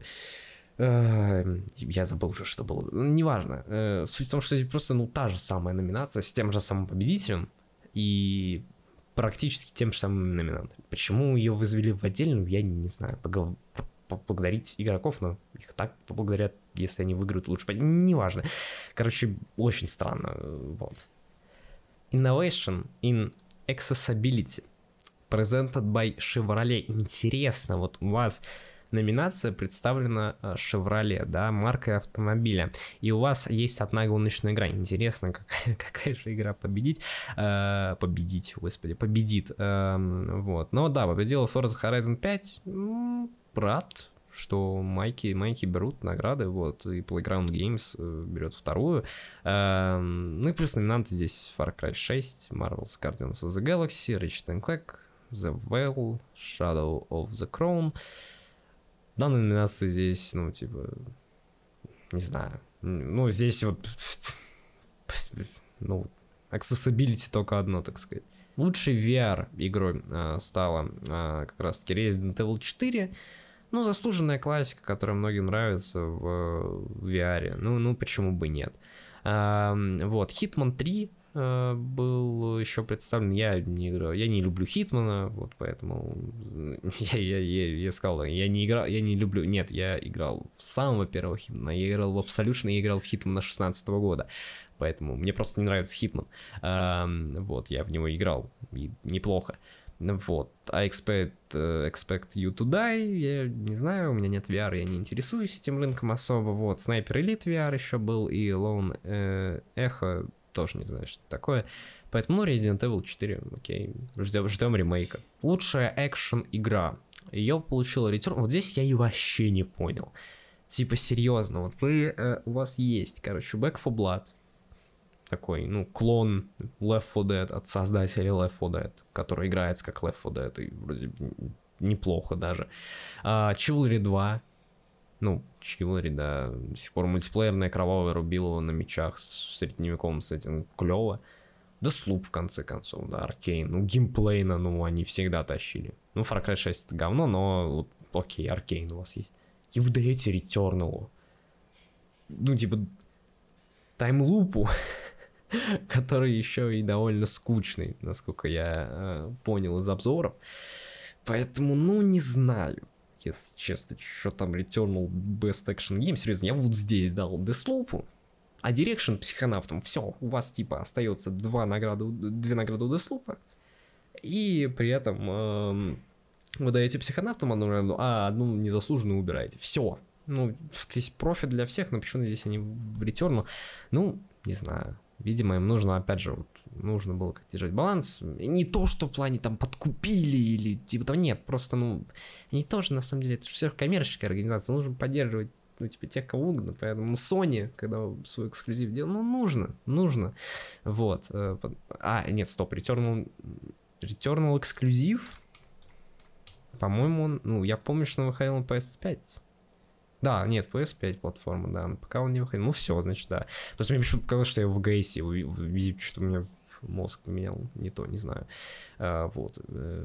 я забыл уже, что было, неважно. Суть в том, что здесь просто, ну, та же самая номинация с тем же самым победителем и практически тем же самым номинантом. Почему ее возвели в отдельную, я не знаю, поблагодарить игроков, но их так поблагодарят, если они выиграют лучше, неважно. Короче, очень странно, вот. Innovation in Accessibility, presented by Chevrolet. Интересно, вот у вас номинация представлена Chevrolet, да, маркой автомобиля, и у вас есть одна гоночная игра. Интересно, какая же игра победит. Вот. Но да, победила Forza Horizon 5. Рад, что майки берут награды, вот, и Playground Games берет вторую. Ну и плюс номинанты здесь Far Cry 6, Marvel's Guardians of the Galaxy, Ratchet & Clank, The Veil, Shadow of the Crown. Данные номинации здесь, ну, типа, не знаю, ну, здесь вот, ну, accessibility только одно, так сказать. Лучшей VR игрой стала как раз-таки Resident Evil 4. Ну, заслуженная классика, которая многим нравится в VR. Ну, почему бы нет. Вот, Hitman 3 был еще представлен. Я не играл, я не люблю Хитмана, вот поэтому я сказал, я не играл, я не люблю. Нет, я играл в самого первого Хитмана, я играл в Absolution, я играл в Хитмана 16-го года. Поэтому мне просто не нравится Хитман. Вот, я в него играл, и неплохо. Вот, I expect you to die, я не знаю, у меня нет VR, я не интересуюсь этим рынком особо. Вот, Sniper Elite VR еще был, и Lone Echo, тоже не знаю, что это такое. Поэтому, ну, Resident Evil 4, окей, ждем ремейка. Лучшая экшен-игра. Ее получила Return. Вот здесь я и вообще не понял. Типа, серьезно, вот у вас есть, короче, Back 4 Blood. Такой, ну, клон Left 4 Dead от создателей Left 4 Dead, который играется как Left 4 Dead, и вроде неплохо даже. Chivalry 2. Ну, Chivalry, да, до сих пор мультиплеерная кровавая рубилова на мечах с средневековым сеттингом, клево. Deathloop, в конце концов, да, Arcane. Ну, геймплейно, ну, они всегда тащили. Ну, Far Cry 6 это говно, но, вот, окей, Arcane у вас есть. И вы даете Returnal. Ну, типа, таймлупу, который еще и довольно скучный, насколько я понял из обзоров. Поэтому, ну, не знаю, если честно, что там Returnal Best Action Game. Серьезно, я вот здесь дал Deathloop, а Direction психонавтам. Все, у вас типа остается две награды у Deathloop, и при этом вы даете психонавтам одну награду, а одну незаслуженную убираете. Все. Ну, здесь профит для всех, но почему здесь они в Returnal? Ну, не знаю. Видимо, им нужно, опять же, вот, нужно было как держать баланс. Не то, что в плане там подкупили или типа того, нет, просто, ну, они тоже, на самом деле, это же все коммерческая организация, нужно поддерживать, ну, типа, тех, кого угодно, поэтому Sony, когда свой эксклюзив делал, ну, нужно, вот. Нет, стоп, Returnal эксклюзив, по-моему, ну, я помню, что он выходил на PS5. Да, нет, PS5 платформа, да, пока он не выходил. Ну все, значит, да. Просто мне почему-то показалось, что я в ГСе увидел, что у меня мозг поменял, не то, не знаю. Вот.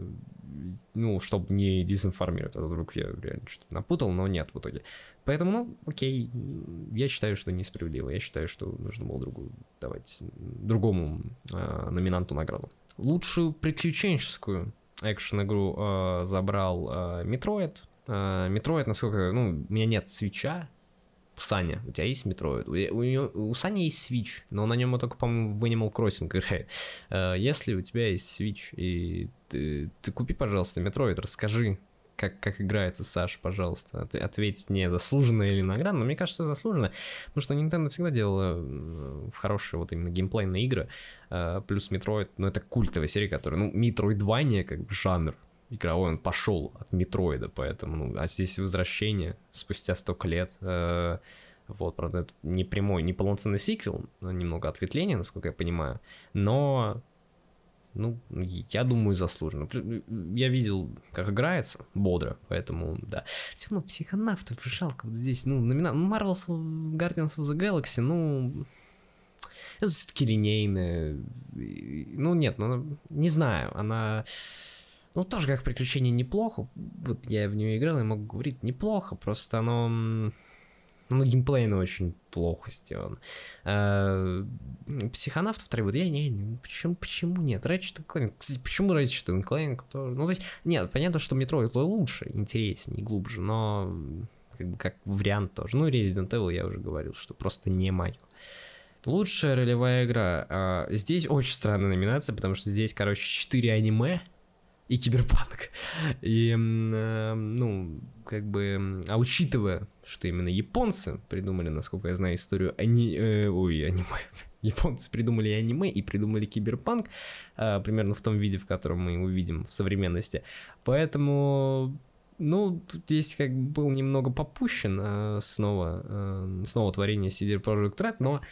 Ну, чтобы не дезинформировать, а вдруг я реально что-то напутал, но нет в итоге. Поэтому, ну, окей, я считаю, что несправедливо. Я считаю, что нужно было давать другому номинанту награду. Лучшую приключенческую экшен-игру забрал Metroid. Metroid, насколько... Ну, у меня нет свитча. Саня, у тебя есть Metroid? У Сани есть Switch, но на нем только, по-моему, в Animal Crossing играет. Если у тебя есть Switch, и ты купи, пожалуйста, Metroid, расскажи, как играется, Саш, пожалуйста. Ответь мне, заслуженно или награда. Но мне кажется, заслуженно, потому что Nintendo всегда делала хорошие вот именно геймплейные игры. Плюс Metroid, ну, это культовая серия, которая... Ну, Metroidvania, как бы, жанр игровой, он пошел от Метроида, поэтому, ну, а здесь возвращение спустя столько лет, вот, правда, это не прямой, не полноценный сиквел, но немного ответвления, насколько я понимаю, но, ну, я думаю, заслуженно. Я видел, как играется, бодро, поэтому, да. Все равно психонавтов жалко вот здесь, ну, Marvel's Guardians of the Galaxy, ну... Это все-таки линейная, ну, нет, ну, не знаю, она... Ну, тоже как приключение неплохо. Вот я в нее играл и могу говорить неплохо, просто оно... Ну, геймплейно очень плохо сделано. Психонавт второй, вот я не... Почему нет? Ratchet & Clank. Кстати, почему Ratchet & Clank тоже? Ну, то есть, нет, понятно, что Metroid лучше, интереснее, глубже, но как бы как вариант тоже. Ну, Resident Evil я уже говорил, что просто не мое. Лучшая ролевая игра. Здесь очень странная номинация, потому что здесь, короче, 4 аниме и Киберпанк. И, ну, как бы, а учитывая, что именно японцы придумали, насколько я знаю, историю аниме. Японцы придумали аниме и придумали Киберпанк, примерно в том виде, в котором мы его видим в современности. Поэтому, ну, здесь как бы был немного попущен снова творение CD Projekt Red, но...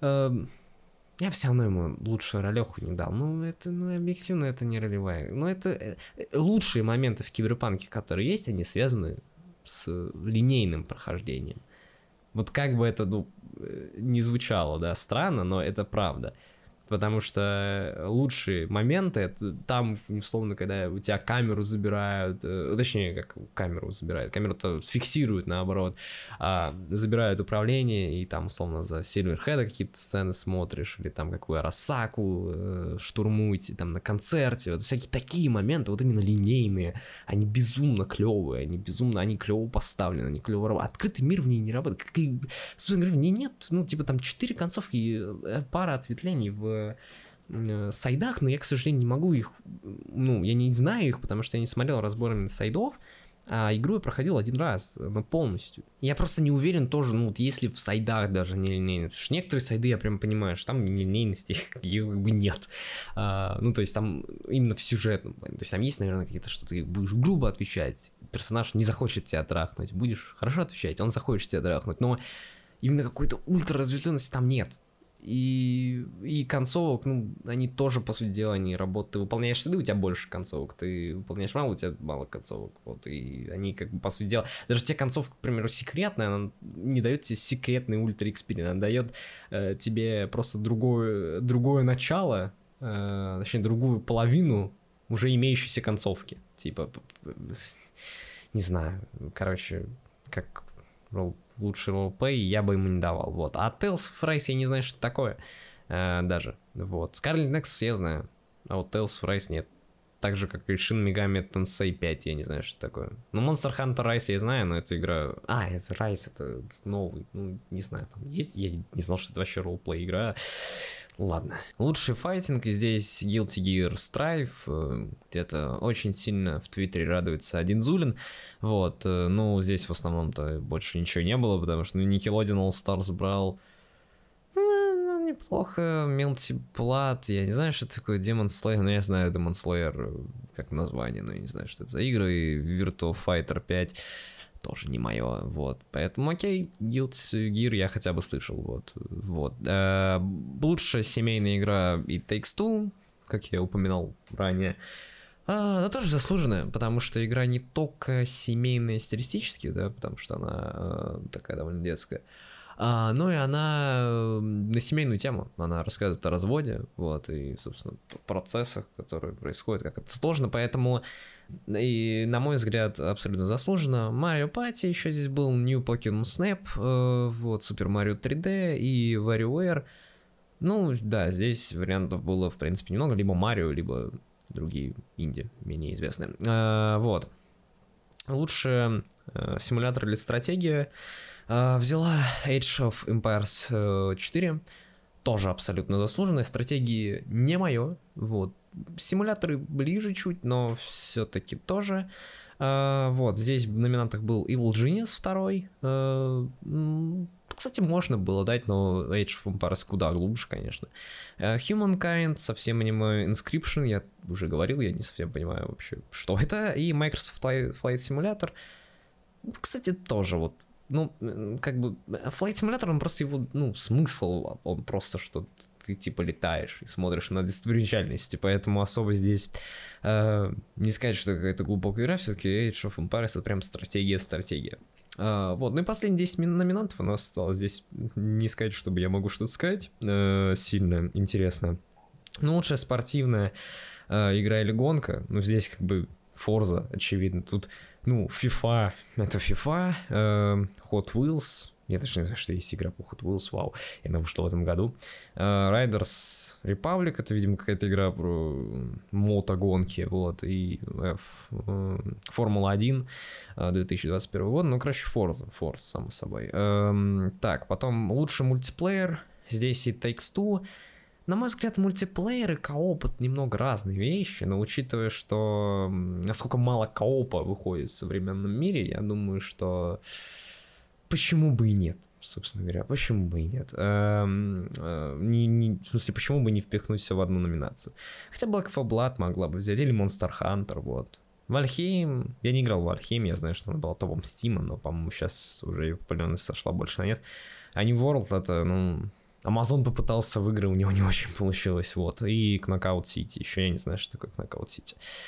Я все равно ему лучшую ролеху не дал. Ну, это, ну, объективно, это не ролевая. Но это лучшие моменты в Киберпанке, которые есть, они связаны с линейным прохождением. Вот как бы это, ну, не звучало, да, странно, но это правда. Потому что лучшие моменты, это там, условно, когда у тебя камеру забирают, точнее, как камеру забирают, камеру-то фиксируют, наоборот, забирают управление, и там, условно, за Сильверхеда какие-то сцены смотришь, или там, как вы Арасаку штурмуете, там, на концерте, вот всякие такие моменты, вот именно линейные, они безумно клевые, они клево поставлены, они клево работают. Открытый мир в ней не работает. Собственно говоря, в ней нет, ну, типа, там 4 концовки, пара ответвлений в сайдах, но я, к сожалению, не могу их, ну, я не знаю их, потому что я не смотрел разборами сайдов, а игру я проходил один раз, но полностью. Я просто не уверен тоже, ну, вот если в сайдах даже не линейно, потому что некоторые сайды я прям понимаю, что там нелинейности ее как бы нет. Ну, то есть там именно в сюжетном плане, то есть там есть, наверное, какие-то, что ты будешь грубо отвечать, персонаж не захочет тебя трахнуть, будешь хорошо отвечать, он захочет тебя трахнуть, но именно какой-то ультраразветвленности там нет. И концовок, ну, они тоже, по сути дела, они работают. Ты выполняешь сайды, у тебя больше концовок. Ты выполняешь мало, у тебя мало концовок. Вот, и они, как бы, по сути дела... Даже те концовка, к примеру, секретная, она не дает тебе секретный ультра-экспириенс. Она дает тебе просто другое начало, точнее, другую половину уже имеющейся концовки. Типа, не знаю, короче, как... лучший роллплей я бы ему не давал, вот. А Tales of Rise я не знаю, что это такое, даже, вот. Scarlet Nexus я знаю, а вот Tales of Rise нет. Так же, как и Shin Megami Tensei 5, я не знаю, что это такое. Ну, Monster Hunter Rise я знаю, но это игра... это Rise, это новый, ну, не знаю, там есть... Я не знал, что это вообще роллплей игра. Ладно. Лучший файтинг, и здесь Guilty Gear Strive, где-то очень сильно в Твиттере радуется один Зулин, вот, ну, здесь в основном-то больше ничего не было, потому что Nickelodeon All Stars брал, ну, неплохо, Melty Blood, я не знаю, что такое Demon Slayer, но я знаю Demon Slayer как название, но я не знаю, что это за игры, и Virtua Fighter 5... тоже не мое, вот, поэтому окей, Guilty Gear я хотя бы слышал, вот. Лучшая семейная игра и Takes-Two, как я упоминал ранее, она тоже заслуженная, потому что игра не только семейная стилистически, да, потому что она такая довольно детская, но и она на семейную тему, она рассказывает о разводе, вот, и, собственно, процессах, которые происходят, как это сложно, поэтому, и, на мой взгляд, абсолютно заслуженно. Mario Party еще здесь был, New Pokémon Snap, вот, Super Mario 3D и WarioWare, ну, да, здесь вариантов было, в принципе, немного, либо Марио, либо другие инди, менее известные, вот. Лучше симулятор или стратегия взяла Age of Empires 4, тоже абсолютно заслуженная, стратегии не мое, вот, симуляторы ближе чуть, но все-таки тоже, вот, здесь в номинантах был Evil Genius 2, кстати, можно было дать, но Age of Empires куда глубже, конечно, Humankind, совсем не мой, Inscription, я уже говорил, я не совсем понимаю вообще, что это, и Microsoft Flight Simulator, кстати, тоже вот, ну, как бы, Flight Simulator, он просто его, ну, смысл, он просто, что ты, типа, летаешь и смотришь на достопримечательности, поэтому особо здесь не сказать, что какая-то глубокая игра, все-таки Age of Empires это прям стратегия. Вот, ну и последние 10 номинантов у нас осталось, здесь не сказать, чтобы я могу что-то сказать, сильно интересно. Ну, лучшая спортивная игра или гонка, ну, здесь как бы Forza, очевидно, тут... Ну, FIFA, это FIFA, Hot Wheels, я даже не знаю, что есть игра по Hot Wheels, вау, и она вышла в этом году. Riders Republic, это, видимо, какая-то игра про мотогонки, вот, и Формула 1 2021 года, ну, короче, Forza, само собой. Так, потом лучший мультиплеер, здесь и Takes-Two. На мой взгляд, мультиплеер и кооп — это немного разные вещи, но учитывая, что насколько мало коопа выходит в современном мире, я думаю, что почему бы и нет, собственно говоря, почему бы и нет. В смысле, почему бы не впихнуть все в одну номинацию. Хотя Black 4 Blood могла бы взять, или Monster Hunter, вот. Valheim, я не играл в Valheim, я знаю, что она была топом Steam, но, по-моему, сейчас уже ее популярность сошла больше на нет. А New World это, ну... Amazon попытался в игры, у него не очень получилось, вот. И Knockout City, еще я не знаю, что такое Knockout City.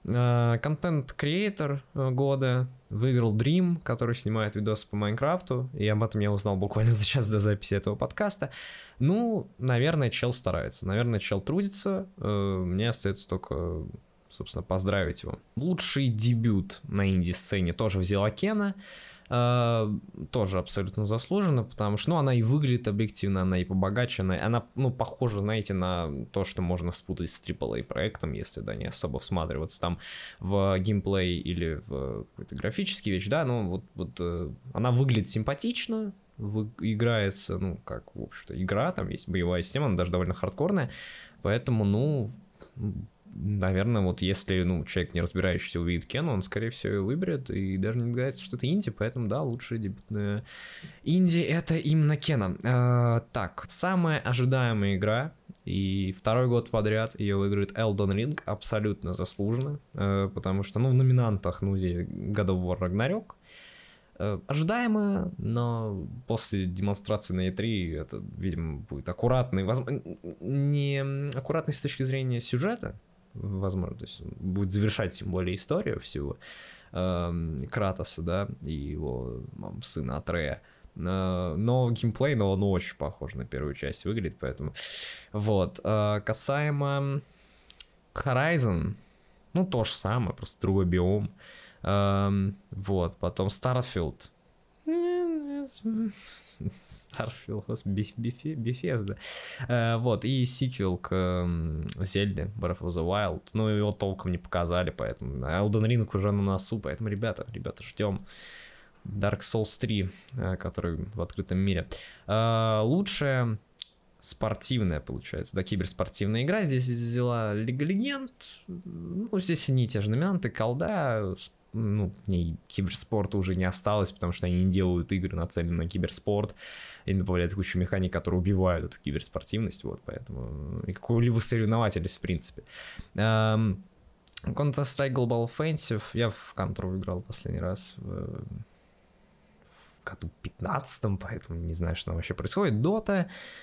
Контент-креатор года выиграл Dream, который снимает видосы по Майнкрафту, и об этом я узнал буквально за час до записи этого подкаста. Ну, наверное, чел старается, наверное, чел трудится, мне остается только, собственно, поздравить его. Лучший дебют на инди-сцене тоже взяла Кена. Тоже абсолютно заслуженно, потому что, ну, она и выглядит объективно, она и побогаче, она, ну, похожа, знаете, на то, что можно спутать с AAA проектом, если, да, не особо всматриваться там в геймплей или в какой-то графический вещь, да, ну, вот она выглядит симпатично, играется, ну, как, в общем-то, игра, там есть боевая система, она даже довольно хардкорная, поэтому, ну, наверное, вот если, ну, человек, не разбирающийся, увидит Кену, он, скорее всего, ее выберет, и даже не догадается, что это инди, поэтому, да, лучшая дебютная инди — это именно Кена. Так, самая ожидаемая игра, и второй год подряд ее выиграет Elden Ring, абсолютно заслуженно, потому что, ну, в номинантах, ну, здесь God of War Ragnarok, ожидаемо, но после демонстрации на E3 это, видимо, будет аккуратный, не аккуратный с точки зрения сюжета, возможно, то есть будет завершать тем более историю всего Кратоса, да, и его сына Атрея. Но геймплей, но он очень похож на первую часть выглядит, поэтому вот. Касаемо Horizon, ну, то же самое, просто другой биом. Вот, потом Starfield. Starfield, Bethesda. Вот, и сиквел к Зельде, Breath of the Wild. Ну, его толком не показали, поэтому Elden Ring уже на носу, поэтому, ребята, ждем Dark Souls 3, который в открытом мире. Лучшая спортивная, получается, да, киберспортивная игра. Здесь взяла Лига Легенд. Ну, здесь они те же номинанты, колда. Ну, в ней киберспорта уже не осталось, потому что они не делают игры, нацеленные на киберспорт, и добавляют кучу механик, которые убивают эту киберспортивность, вот, поэтому и какого-либо соревновательность, в принципе. Counter-Strike Global Offensive, я в Counter играл последний раз в году 15-м, поэтому не знаю, что там вообще происходит. Dota,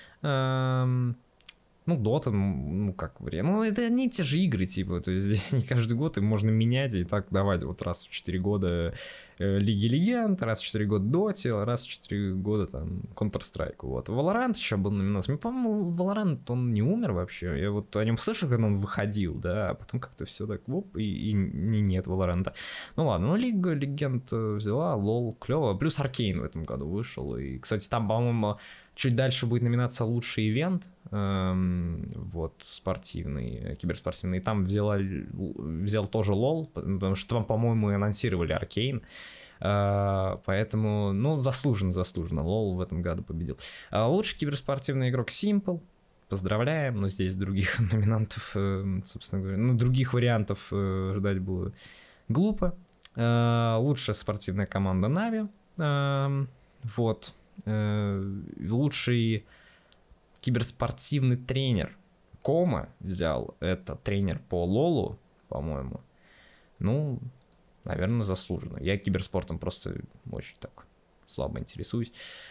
ну, Dota, ну, как вариант. Ну, это не те же игры, типа, то есть здесь не каждый год им можно менять и так давать вот раз в 4 года Лиги Легенд, раз в 4 года Dota, раз в 4 года там Counter-Strike, вот. Valorant еще был номинация. По-моему, Valorant, он не умер вообще, я вот о нем слышал, когда он выходил, да, а потом как-то все так, воп, и нет Valorant. Ну, ладно, ну, Лига Легенд взяла, лол, клево, плюс Аркейн в этом году вышел, и, кстати, там, по-моему, чуть дальше будет номинация «Лучший ивент», вот, спортивный, киберспортивный. И там взял тоже лол, потому что там, по-моему, анонсировали Аркейн. Поэтому, ну, заслуженно. Лол в этом году победил. Лучший киберспортивный игрок Simple. Поздравляем, но здесь других номинантов, собственно говоря, ну, других вариантов ждать было глупо. Лучшая спортивная команда Na'Vi. Вот. Лучший киберспортивный тренер Кома взял. Это тренер по Лолу, по-моему. Ну, наверное, заслуженно. Я киберспортом просто очень так слабо интересуюсь.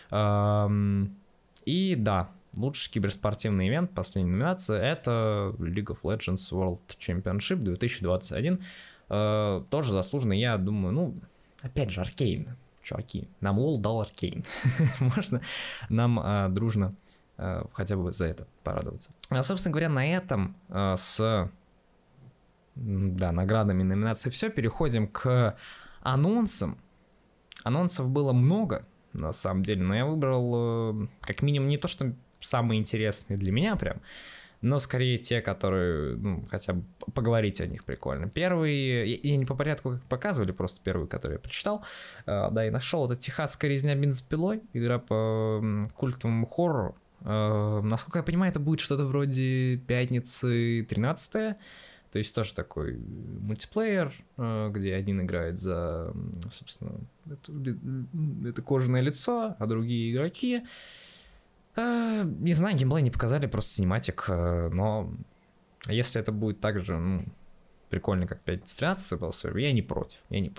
И да, лучший киберспортивный ивент, последняя номинация, это League of Legends World Championship 2021. Тоже заслуженно, я думаю, ну, опять же, Аркейн. Чуваки, нам лол дал Аркейн. Можно нам дружно хотя бы за это порадоваться. Собственно говоря, на этом с наградами и номинацией все. Переходим к анонсам. Анонсов было много, на самом деле, но я выбрал как минимум не то, что самые интересные для меня прям, но скорее те, которые, ну, хотя бы поговорить о них прикольно. Первый, я не по порядку, как показывали, просто первый, который я прочитал, да, и нашел, это «Техасская резня бензопилой», игра по культовому хоррору. Насколько я понимаю, это будет что-то вроде «Пятницы 13-е», то есть тоже такой мультиплеер, где один играет за, собственно, это кожаное лицо, а другие игроки. Не знаю, геймплей не показали, просто синематик, но если это будет так же, ну, прикольно, как 5.13, я не против.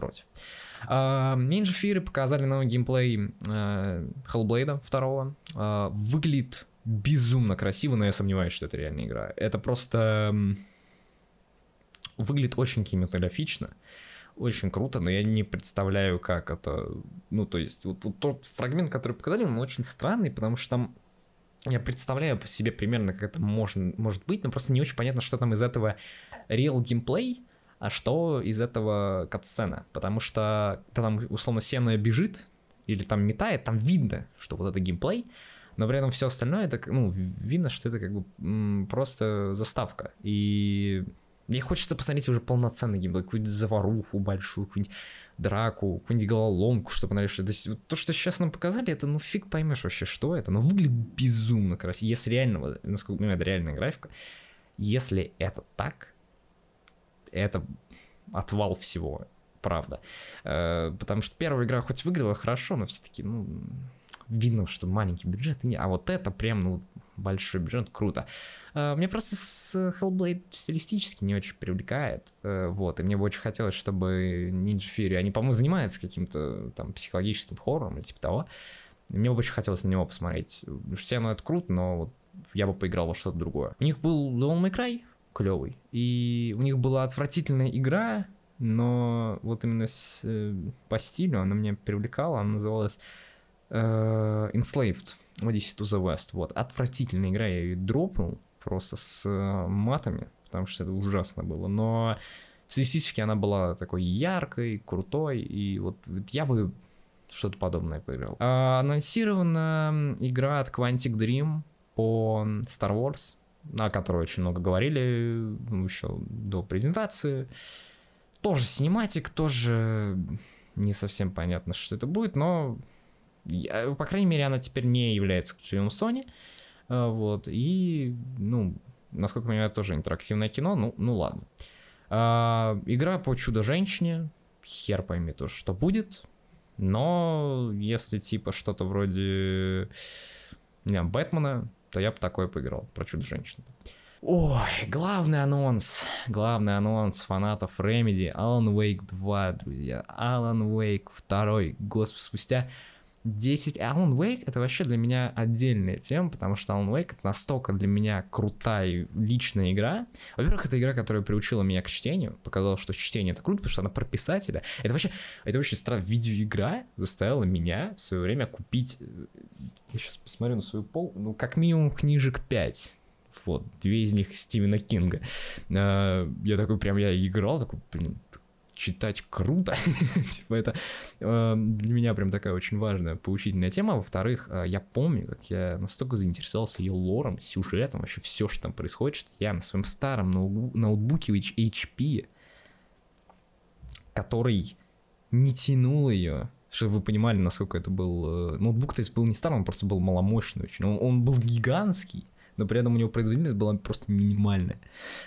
Ninja Fury показали новый геймплей Hellblade 2. Выглядит безумно красиво, но я сомневаюсь, что это реальная игра. Это просто Выглядит очень кинематографично, очень круто, но я не представляю, как это... Ну, то есть, вот тот фрагмент, который показали, он очень странный, потому что там... Я представляю по себе примерно, как это может быть, но просто не очень понятно, что там из этого real gameplay, а что из этого катсцена. Потому что когда там, условно, Сенуя бежит или там метает, там видно, что вот это геймплей, но при этом все остальное, это, ну, видно, что это как бы просто заставка. И мне хочется посмотреть уже полноценный геймплей, какую-нибудь заваруху большую, какую-нибудь драку, какую-нибудь головоломку, чтобы нарисовать. То есть вот то, что сейчас нам показали, это, ну, фиг поймешь вообще, что это. Но выглядит безумно красиво. Если реально, насколько я понимаю, это реальная графика. Если это так, это отвал всего, правда. Потому что первая игра хоть выглядела хорошо, но все-таки, ну, видно, что маленький бюджет. А вот это прям, ну, большой бюджет, круто. Мне просто с Hellblade стилистически не очень привлекает, вот, и мне бы очень хотелось, чтобы Ninja Fury, они, по-моему, занимаются каким-то там психологическим хоррором или типа того, и мне бы очень хотелось на него посмотреть. Все, ну, это круто, но вот я бы поиграл во что-то другое. У них был Devil May Cry клевый, и у них была отвратительная игра, но вот именно по стилю она меня привлекала, она называлась Enslaved, Odyssey to the West, вот, отвратительная игра, я ее дропнул, просто с матами, потому что это ужасно было, но стилистически она была такой яркой, крутой, и вот я бы что-то подобное поиграл. Анонсирована игра от Quantic Dream по Star Wars, о которой очень много говорили еще до презентации. Тоже синематик, тоже не совсем понятно, что это будет, но, по крайней мере, она теперь не является эксклюзивом Sony. Вот, и, ну, насколько я понимаю, тоже интерактивное кино, ну ладно. Игра по Чудо-женщине, хер пойми тоже, что будет, но если типа что-то вроде, не знаю, Бэтмена, то я бы такое поиграл, про Чудо-женщину. Ой, главный анонс фанатов Remedy, Alan Wake 2, друзья, Alan Wake 2, господи, спустя 10... Alan Wake — это вообще для меня отдельная тема, потому что Alan Wake — это настолько для меня крутая личная игра. Во-первых, это игра, которая приучила меня к чтению, показала, что чтение — это круто, потому что она про писателя. Это вообще странно. Видеоигра заставила меня в свое время купить... Я сейчас посмотрю на свою полку, ну, как минимум книжек 5. Вот, 2 из них Стивена Кинга. Я такой прям, я играл, такой, блин, читать круто. Типа это для меня прям такая очень важная поучительная тема. Во-вторых, я помню, как я настолько заинтересовался ее лором, сюжетом, вообще все, что там происходит, что я на своем старом ноутбуке HP, который не тянул ее, чтобы вы понимали, насколько это был... Ноутбук, то есть, был не старый, он просто был маломощный очень. Он был гигантский, но при этом у него производительность была просто минимальная.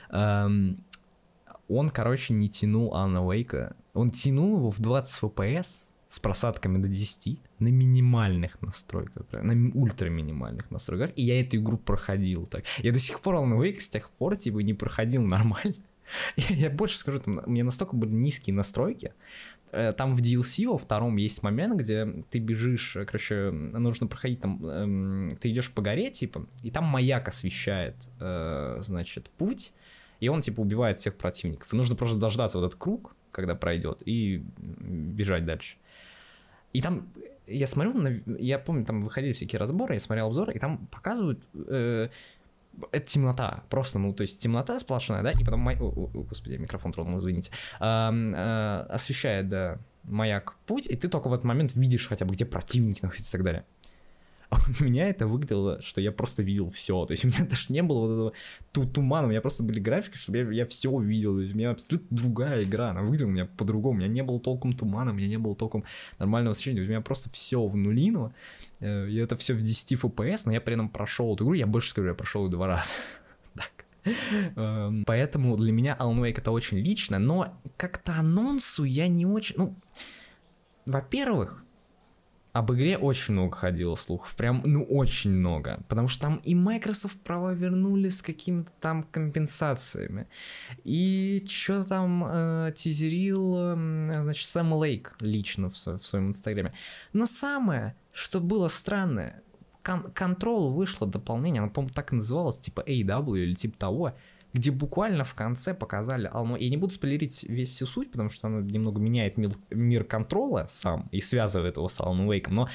Он, короче, не тянул Alan Wake'а. Он тянул его в 20 FPS с просадками до 10 на минимальных настройках, на ультра-минимальных настройках. И я эту игру проходил так. Я до сих пор Alan Wake с тех пор, типа, не проходил нормально. Я больше скажу, там, у меня настолько были низкие настройки. Там в DLC во втором есть момент, где ты бежишь, короче, нужно проходить там, ты идешь по горе, типа, и там маяк освещает, значит, путь. И он, типа, убивает всех противников. И нужно просто дождаться вот этот круг, когда пройдет, и бежать дальше. И там, я смотрю, я помню, там выходили всякие разборы, я смотрел обзоры, и там показывают, это темнота, просто, ну, то есть темнота сплошная, да, и потом, господи, микрофон тронул, извините, освещает, да, маяк путь, и ты только в этот момент видишь хотя бы, где противники находятся и так далее. А у меня это выглядело, что я просто видел все. То есть у меня даже не было вот этого тумана, у меня просто были графики, чтобы я все увидел. То есть у меня абсолютно другая игра, она выглядела у меня по-другому. У меня не было толком тумана, у меня не было толком нормального освещения. У меня просто все в нулину. И это все в 10 FPS, но я при этом прошел эту игру, я больше скажу, я прошел ее 2 раза. Так. Поэтому для меня Alan Wake это очень лично, но как-то анонсу я не очень... Ну, во-первых, об игре очень много ходило слухов, прям, ну, очень много, потому что там и Microsoft права вернули с какими-то там компенсациями, и что-то там тизерил, значит, Сэм Лейк лично в своем инстаграме. Но самое, что было странное, Control вышло дополнение, оно, по-моему, так и называлось, типа AW или типа того, где буквально в конце показали Alan Wake. Я не буду спойлерить всю суть, потому что она немного меняет мир контрола сам и связывает его с Alan Wake, но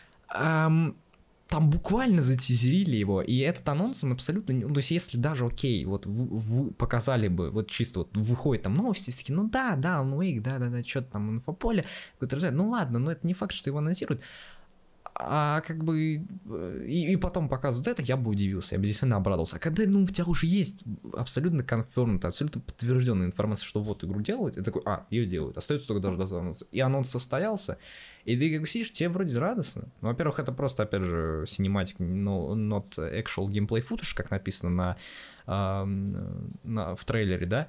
там буквально затизерили его, и этот анонс, он абсолютно... Ну, то есть, если даже, окей, вот вы показали бы, вот чисто вот выходит там новости, все такие, ну да, Alan Wake, да, что-то там инфополе, ну ладно, но это не факт, что его анонсируют. А как бы и потом показывают это, я бы удивился, я бы действительно обрадовался. А когда, ну, у тебя уже есть абсолютно confirmed, абсолютно подтвержденная информация, что вот игру делают, и такой, ее делают, остается только дождаться анонса. И анонс состоялся, и ты как бы сидишь, тебе вроде радостно. Ну, во-первых, это просто, опять же, cinematic, not actual gameplay footage, как написано в трейлере, да,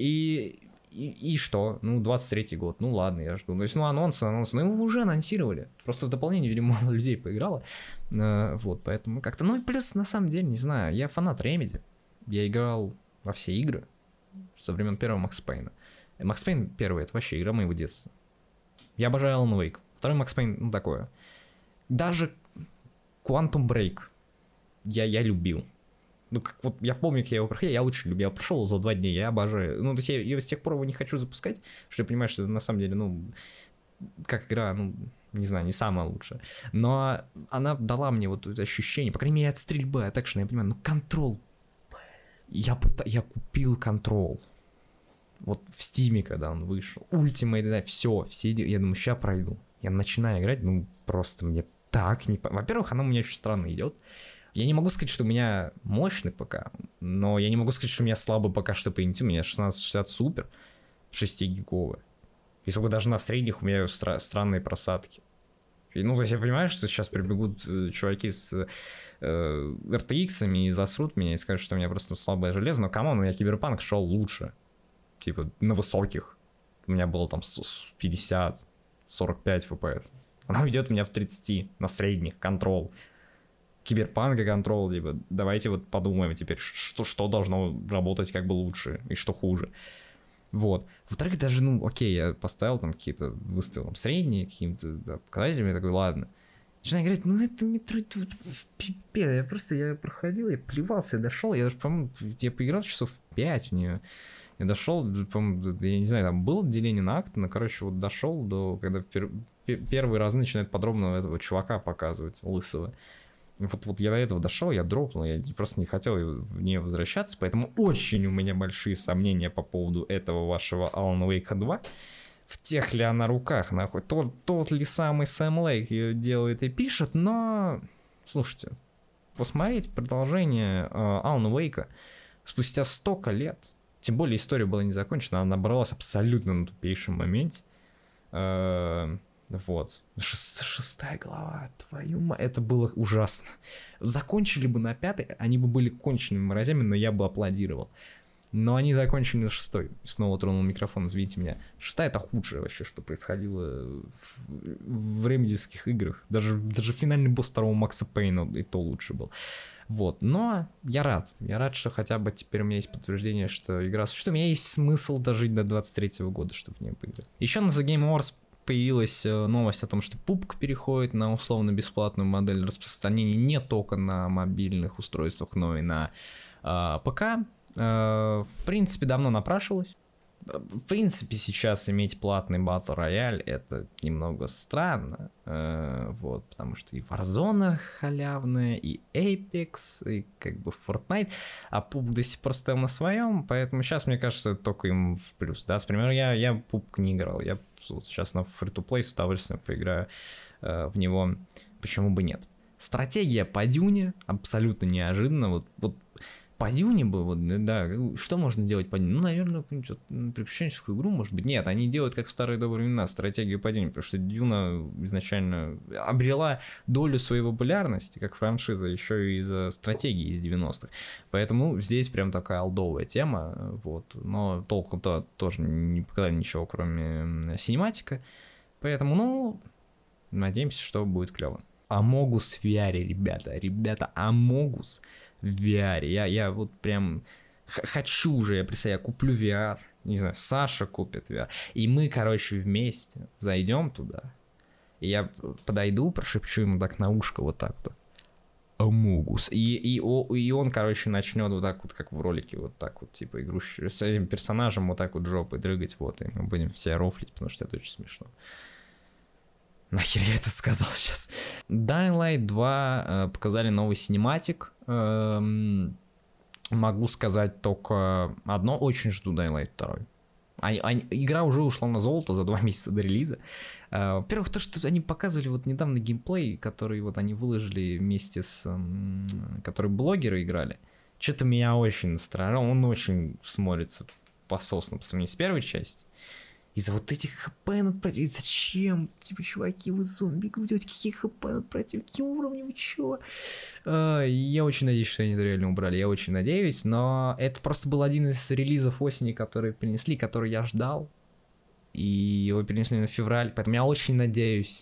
и что? Ну, 23-й год, ну ладно, я жду. То есть, ну, анонс, но его уже анонсировали. Просто в дополнение, видимо, мало людей поиграло. Вот, поэтому как-то... Ну, и плюс, на самом деле, не знаю, я фанат Remedy. Я играл во все игры со времен первого Макс Пейна. Макс Пейн первый, это вообще игра моего детства. Я обожаю Alan Wake. Второй Макс Пейн, ну, такое. Даже Quantum Break я любил. Ну, как вот я помню, как я его проходил, я очень любил, я прошел за 2 дня, я обожаю. Ну, то есть я с тех пор его не хочу запускать, что я понимаю, что это на самом деле, ну, как игра, ну, не знаю, не самая лучшая. Но она дала мне вот это ощущение, по крайней мере, от стрельбы, от экшена, я понимаю, ну, контрол. Я купил контрол. Вот в Стиме, когда он вышел. Ultimate, да, все, я думаю, сейчас пройду. Я начинаю играть, ну, просто мне так не... Во-первых, она у меня очень странно идет. Я не могу сказать, что у меня мощный ПК, но я не могу сказать, что у меня слабый ПК, что по инту. У меня 1660 супер, 6-гиговый. И сколько даже на средних у меня странные просадки. И, ну, то есть я понимаю, что сейчас прибегут чуваки с RTX-ами и засрут меня и скажут, что у меня просто слабое железо. Но, камон, у меня Киберпанк шел лучше. Типа, на высоких. У меня было там 50, 45 FPS. Она идет у меня в 30 на средних, контрол. Киберпанк и контрол, типа, давайте вот подумаем теперь, что должно работать как бы лучше и что хуже. Вот. Во-вторых, даже, ну, окей, я поставил там какие-то, выставил там средние, какими-то показателями, я такой, ладно. Начинаю играть, ну это метро, пипец, я проходил, я плевался, я дошел, я даже, по-моему, я поиграл часов 5 в нее. Я дошел, по-моему, я не знаю, там было деление на акты, но, короче, вот дошел до, когда первые разы начинают подробно этого чувака показывать, лысого. Вот я до этого дошел, я дропнул, я просто не хотел в нее возвращаться, поэтому очень у меня большие сомнения по поводу этого вашего Alan Wake 2. В тех ли она руках, нахуй, тот ли самый Сэм Лейк ее делает и пишет, но, слушайте, посмотреть продолжение Alan Wake'а спустя столько лет, тем более история была не закончена, она набралась абсолютно на тупейшем моменте. Вот. 6-я глава, твою мать, это было ужасно. Закончили бы на 5-й, они бы были конченными мразями, но я бы аплодировал. Но они закончили на 6-й. Снова тронул микрофон, извините меня. 6-я это худшее вообще, что происходило в ремедийских играх. Даже финальный босс второго Макса Пейна и то лучше был. Вот, но я рад, что хотя бы теперь у меня есть подтверждение, что игра существует. У меня есть смысл дожить до 23-го года, чтобы в нее поиграть. Еще на The Game Awards появилась новость о том, что PUBG переходит на условно-бесплатную модель распространения не только на мобильных устройствах, но и на ПК. В принципе, давно напрашивалось. В принципе, сейчас иметь платный Battle Royale это немного странно, вот, потому что и Warzone халявная, и Apex, и как бы Fortnite, а PUBG до сих пор стоял на своем, поэтому сейчас, мне кажется, это только им в плюс, да, например, я PUBG не играл, я вот сейчас на Free-to-Play с удовольствием поиграю в него, почему бы нет. Стратегия по Дюне абсолютно неожиданно, вот по Дюне бы, вот, да, что можно делать по Дюне? Ну, наверное, какую-нибудь вот, приключенческую игру, может быть. Нет, они делают, как в старые добрые времена, стратегию по Дюне, потому что Дюна изначально обрела долю своей популярности, как франшиза, еще и из-за стратегии из 90-х. Поэтому здесь прям такая олдовая тема, вот. Но толком-то тоже не показали ничего, кроме синематика. Поэтому, ну, надеемся, что будет клево. Амогус в VR, ребята, Амогус в VR. Я вот прям хочу уже, я представляю, я куплю VR. Не знаю, Саша купит VR. И мы, короче, вместе зайдем туда. И я подойду, прошепчу ему так на ушко вот так вот. Амогус. И он, короче, начнет вот так вот, как в ролике, вот так вот, типа, игру с этим персонажем вот так вот жопой дрыгать, вот, и мы будем все рофлить, потому что это очень смешно. Нахер я это сказал сейчас? Dying Light 2 показали новый синематик. Могу сказать только одно, очень жду Dying Light 2. Игра уже ушла на золото за 2 месяца до релиза. Во-первых, то, что они показывали вот недавно геймплей, который вот они выложили вместе с... который блогеры играли. Что-то меня очень насторожило. Он очень смотрится пососно по сравнению с первой частью. Из-за вот этих хп над противником. Зачем? Типа, чуваки, вы зомби, делать какие хп над противником? Какие уровни, вы чё? Я очень надеюсь, что они это реально убрали. Я очень надеюсь, но это просто был один из релизов осени, которые принесли, который я ждал. И его перенесли на февраль. Поэтому я очень надеюсь,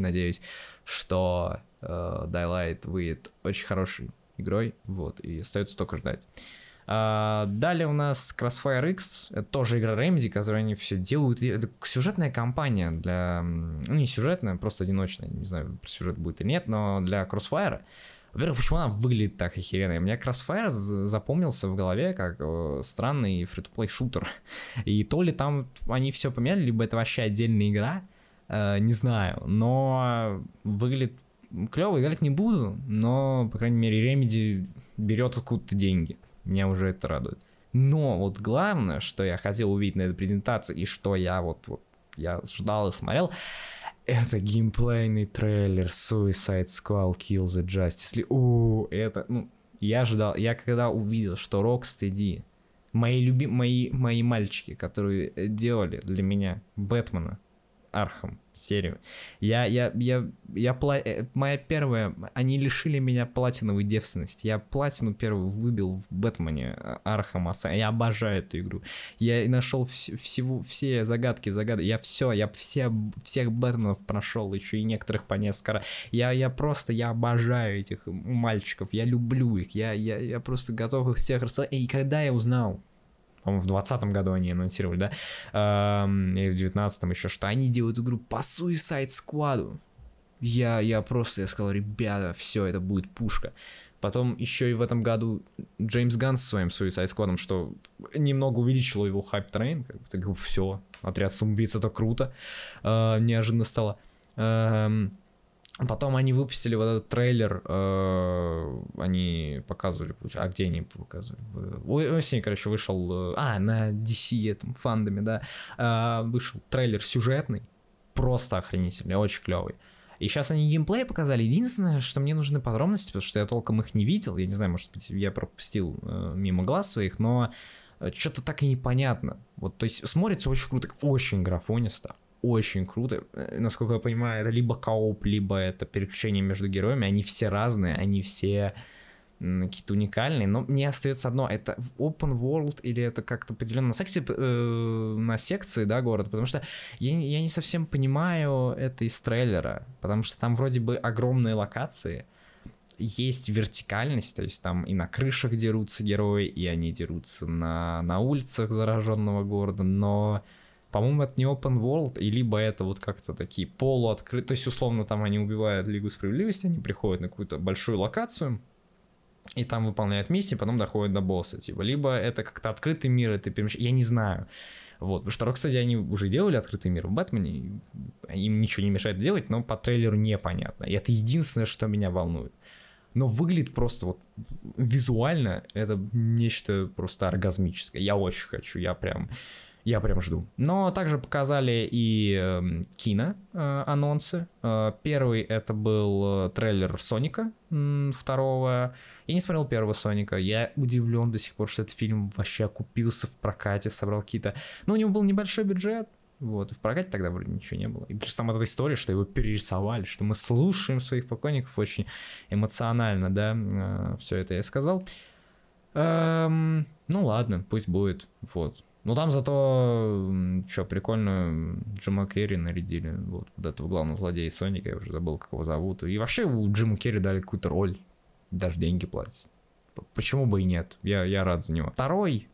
что Dying Light выйдет очень хорошей игрой. Вот, и остается только ждать. Далее у нас Crossfire X, это тоже игра Remedy, которую они все делают. Это сюжетная кампания для... Ну, не сюжетная, просто одиночная. Не знаю, про сюжет будет или нет, но для Crossfire. Во-первых, почему она выглядит так охеренно? У меня Crossfire запомнился в голове как странный фри-то-плей шутер. И то ли там они все поменяли, либо это вообще отдельная игра, не знаю. Но выглядит клево, играть не буду, но, по крайней мере, Remedy берет откуда-то деньги. Меня уже это радует. Но вот главное, что я хотел увидеть на этой презентации, и что я я ждал и смотрел, это геймплейный трейлер Suicide Squad Kill the Justice League. Это, я ждал, я когда увидел, что Rocksteady, мои мальчики, которые делали для меня Бэтмена, Архам серию. Моя первая, они лишили меня платиновой девственности. Я платину первую выбил в Бэтмене Архам Асайлум. Я обожаю эту игру. Я нашел все загадки. Я всех Бэтменов прошел, еще и некоторых по несколько. Я обожаю этих мальчиков. Я люблю их. Я просто готов их всех рассылать. И когда я узнал, по-моему, в 2020 году они анонсировали, да? Или в 19 еще, что они делают игру по Suicide Squad. Я сказал, ребята, все, это будет пушка. Потом еще и в этом году Джеймс Ганн со своим Suicide Squad, что немного увеличило его хайп-трейн. Как бы все, отряд самоубийц, это круто. Неожиданно стало. Потом они выпустили вот этот трейлер, они показывали, а где они показывали? Осенью, короче, вышел, на DC, этом, фандоме, да, вышел трейлер сюжетный, просто охренительный, очень клевый. И сейчас они геймплей показали. Единственное, что мне нужны подробности, потому что я толком их не видел, я не знаю, может быть, я пропустил мимо глаз своих, но что-то так и непонятно. Вот, то есть смотрится очень круто, очень графонисто. Очень круто. Насколько я понимаю, это либо кооп, либо это переключение между героями. Они все разные, они все какие-то уникальные. Но мне остается одно. Это open world или это как-то поделено на секции, да, города? Потому что я не совсем понимаю это из трейлера. Потому что там вроде бы огромные локации. Есть вертикальность, то есть там и на крышах дерутся герои, и они дерутся на улицах зараженного города, но... По-моему, это не open world, и либо это вот как-то такие полуоткрытые, то есть, условно, там они убивают Лигу Справедливости, они приходят на какую-то большую локацию, и там выполняют миссии, потом доходят до босса, типа, либо это как-то открытый мир, это я не знаю, вот, потому что Rocksteady, они уже делали открытый мир в Бэтмене, им ничего не мешает делать, но по трейлеру непонятно, и это единственное, что меня волнует. Но выглядит просто вот визуально, это нечто просто оргазмическое, я очень хочу, я прям жду. Но также показали и кино-анонсы. Первый это был трейлер Соника второго. Я не смотрел первого Соника. Я удивлен до сих пор, что этот фильм вообще окупился в прокате, собрал какие-то... Ну, у него был небольшой бюджет. Вот, и в прокате тогда вроде ничего не было. И плюс там эта история, что его перерисовали, что мы слушаем своих покойников очень эмоционально, да. Все это я сказал. Ну ладно, пусть будет. Вот. Ну там зато, что, прикольно, Джима Керри нарядили, вот этого главного злодея Соника, я уже забыл, как его зовут. И вообще у Джима Керри дали какую-то роль, даже деньги платят. Почему бы и нет, я рад за него. Второй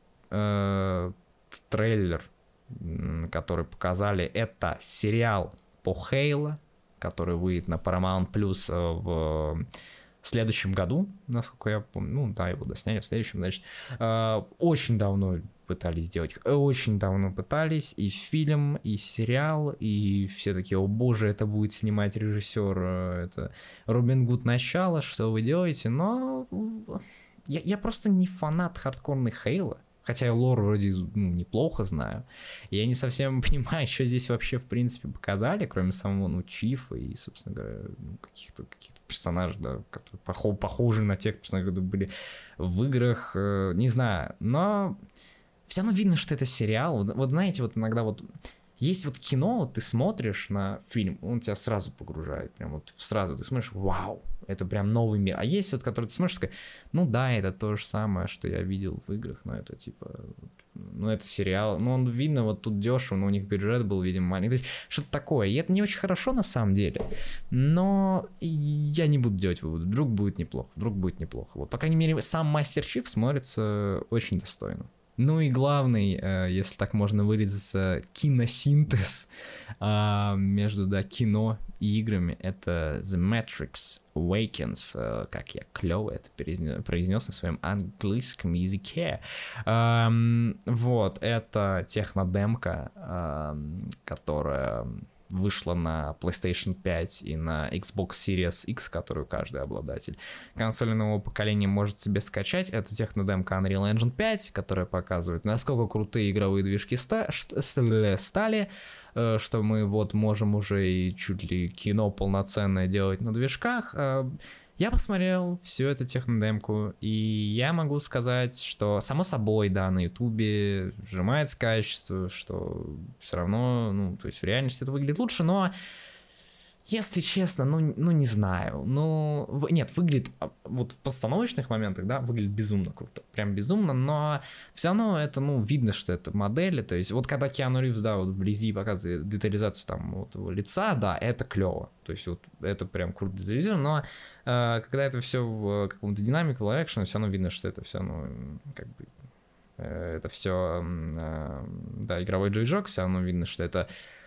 трейлер, который показали, это сериал по Хейла, который выйдет на Paramount Plus в следующем году, насколько я помню. Ну да, его досняли в следующем, значит. Очень давно пытались сделать. Очень давно пытались. И фильм, и сериал, и все такие: о боже, это будет снимать режиссер, это Робин Гуд начало, что вы делаете? Но я просто не фанат хардкорной Хейла. Хотя я лор вроде неплохо знаю. Я не совсем понимаю, что здесь вообще в принципе показали, кроме самого, Чифа и, собственно говоря, каких-то персонажей, да, которые похожи на тех персонажей, которые были в играх, не знаю. Но все равно видно, что это сериал. Вот знаете, вот иногда вот есть вот кино, вот ты смотришь на фильм, он тебя сразу погружает, прям вот сразу ты смотришь: вау, это прям новый мир. А есть вот, который ты смотришь, такой: ну да, это то же самое, что я видел в играх, но это типа, ну это сериал, ну он видно, вот тут дешево, но у них бюджет был, видимо, маленький, то есть что-то такое, и это не очень хорошо на самом деле, но я не буду делать выводы, вдруг будет неплохо, вот, по крайней мере, сам Мастер Чиф смотрится очень достойно. Ну и главный, если так можно выразиться, киносинтез между, да, кино и играми — это The Matrix Awakens, как я клево это произнес на своем английском языке. Вот, это технодемка, которая вышла на PlayStation 5 и на Xbox Series X, которую каждый обладатель консоли нового поколения может себе скачать. Это технодемка Unreal Engine 5, которая показывает, насколько крутые игровые движки стали, что мы вот можем уже и чуть ли кино полноценное делать на движках. Я посмотрел всю эту технодемку, и я могу сказать, что, само собой, да, на ютубе сжимается качество, что все равно, ну, то есть в реальности это выглядит лучше, но, если честно, ну не знаю, нет, выглядит, вот в постановочных моментах, да, выглядит безумно круто, прям безумно, но все равно это, видно, что это модели, то есть вот когда Киану Ривз, да, вот вблизи показывает детализацию там вот его лица, да, это клево, то есть вот это прям круто детализировано, но когда это все в каком-то динамике, в лайв-экшене, все равно видно, что это все, как бы, это все, да, игровой движок, все равно видно, что это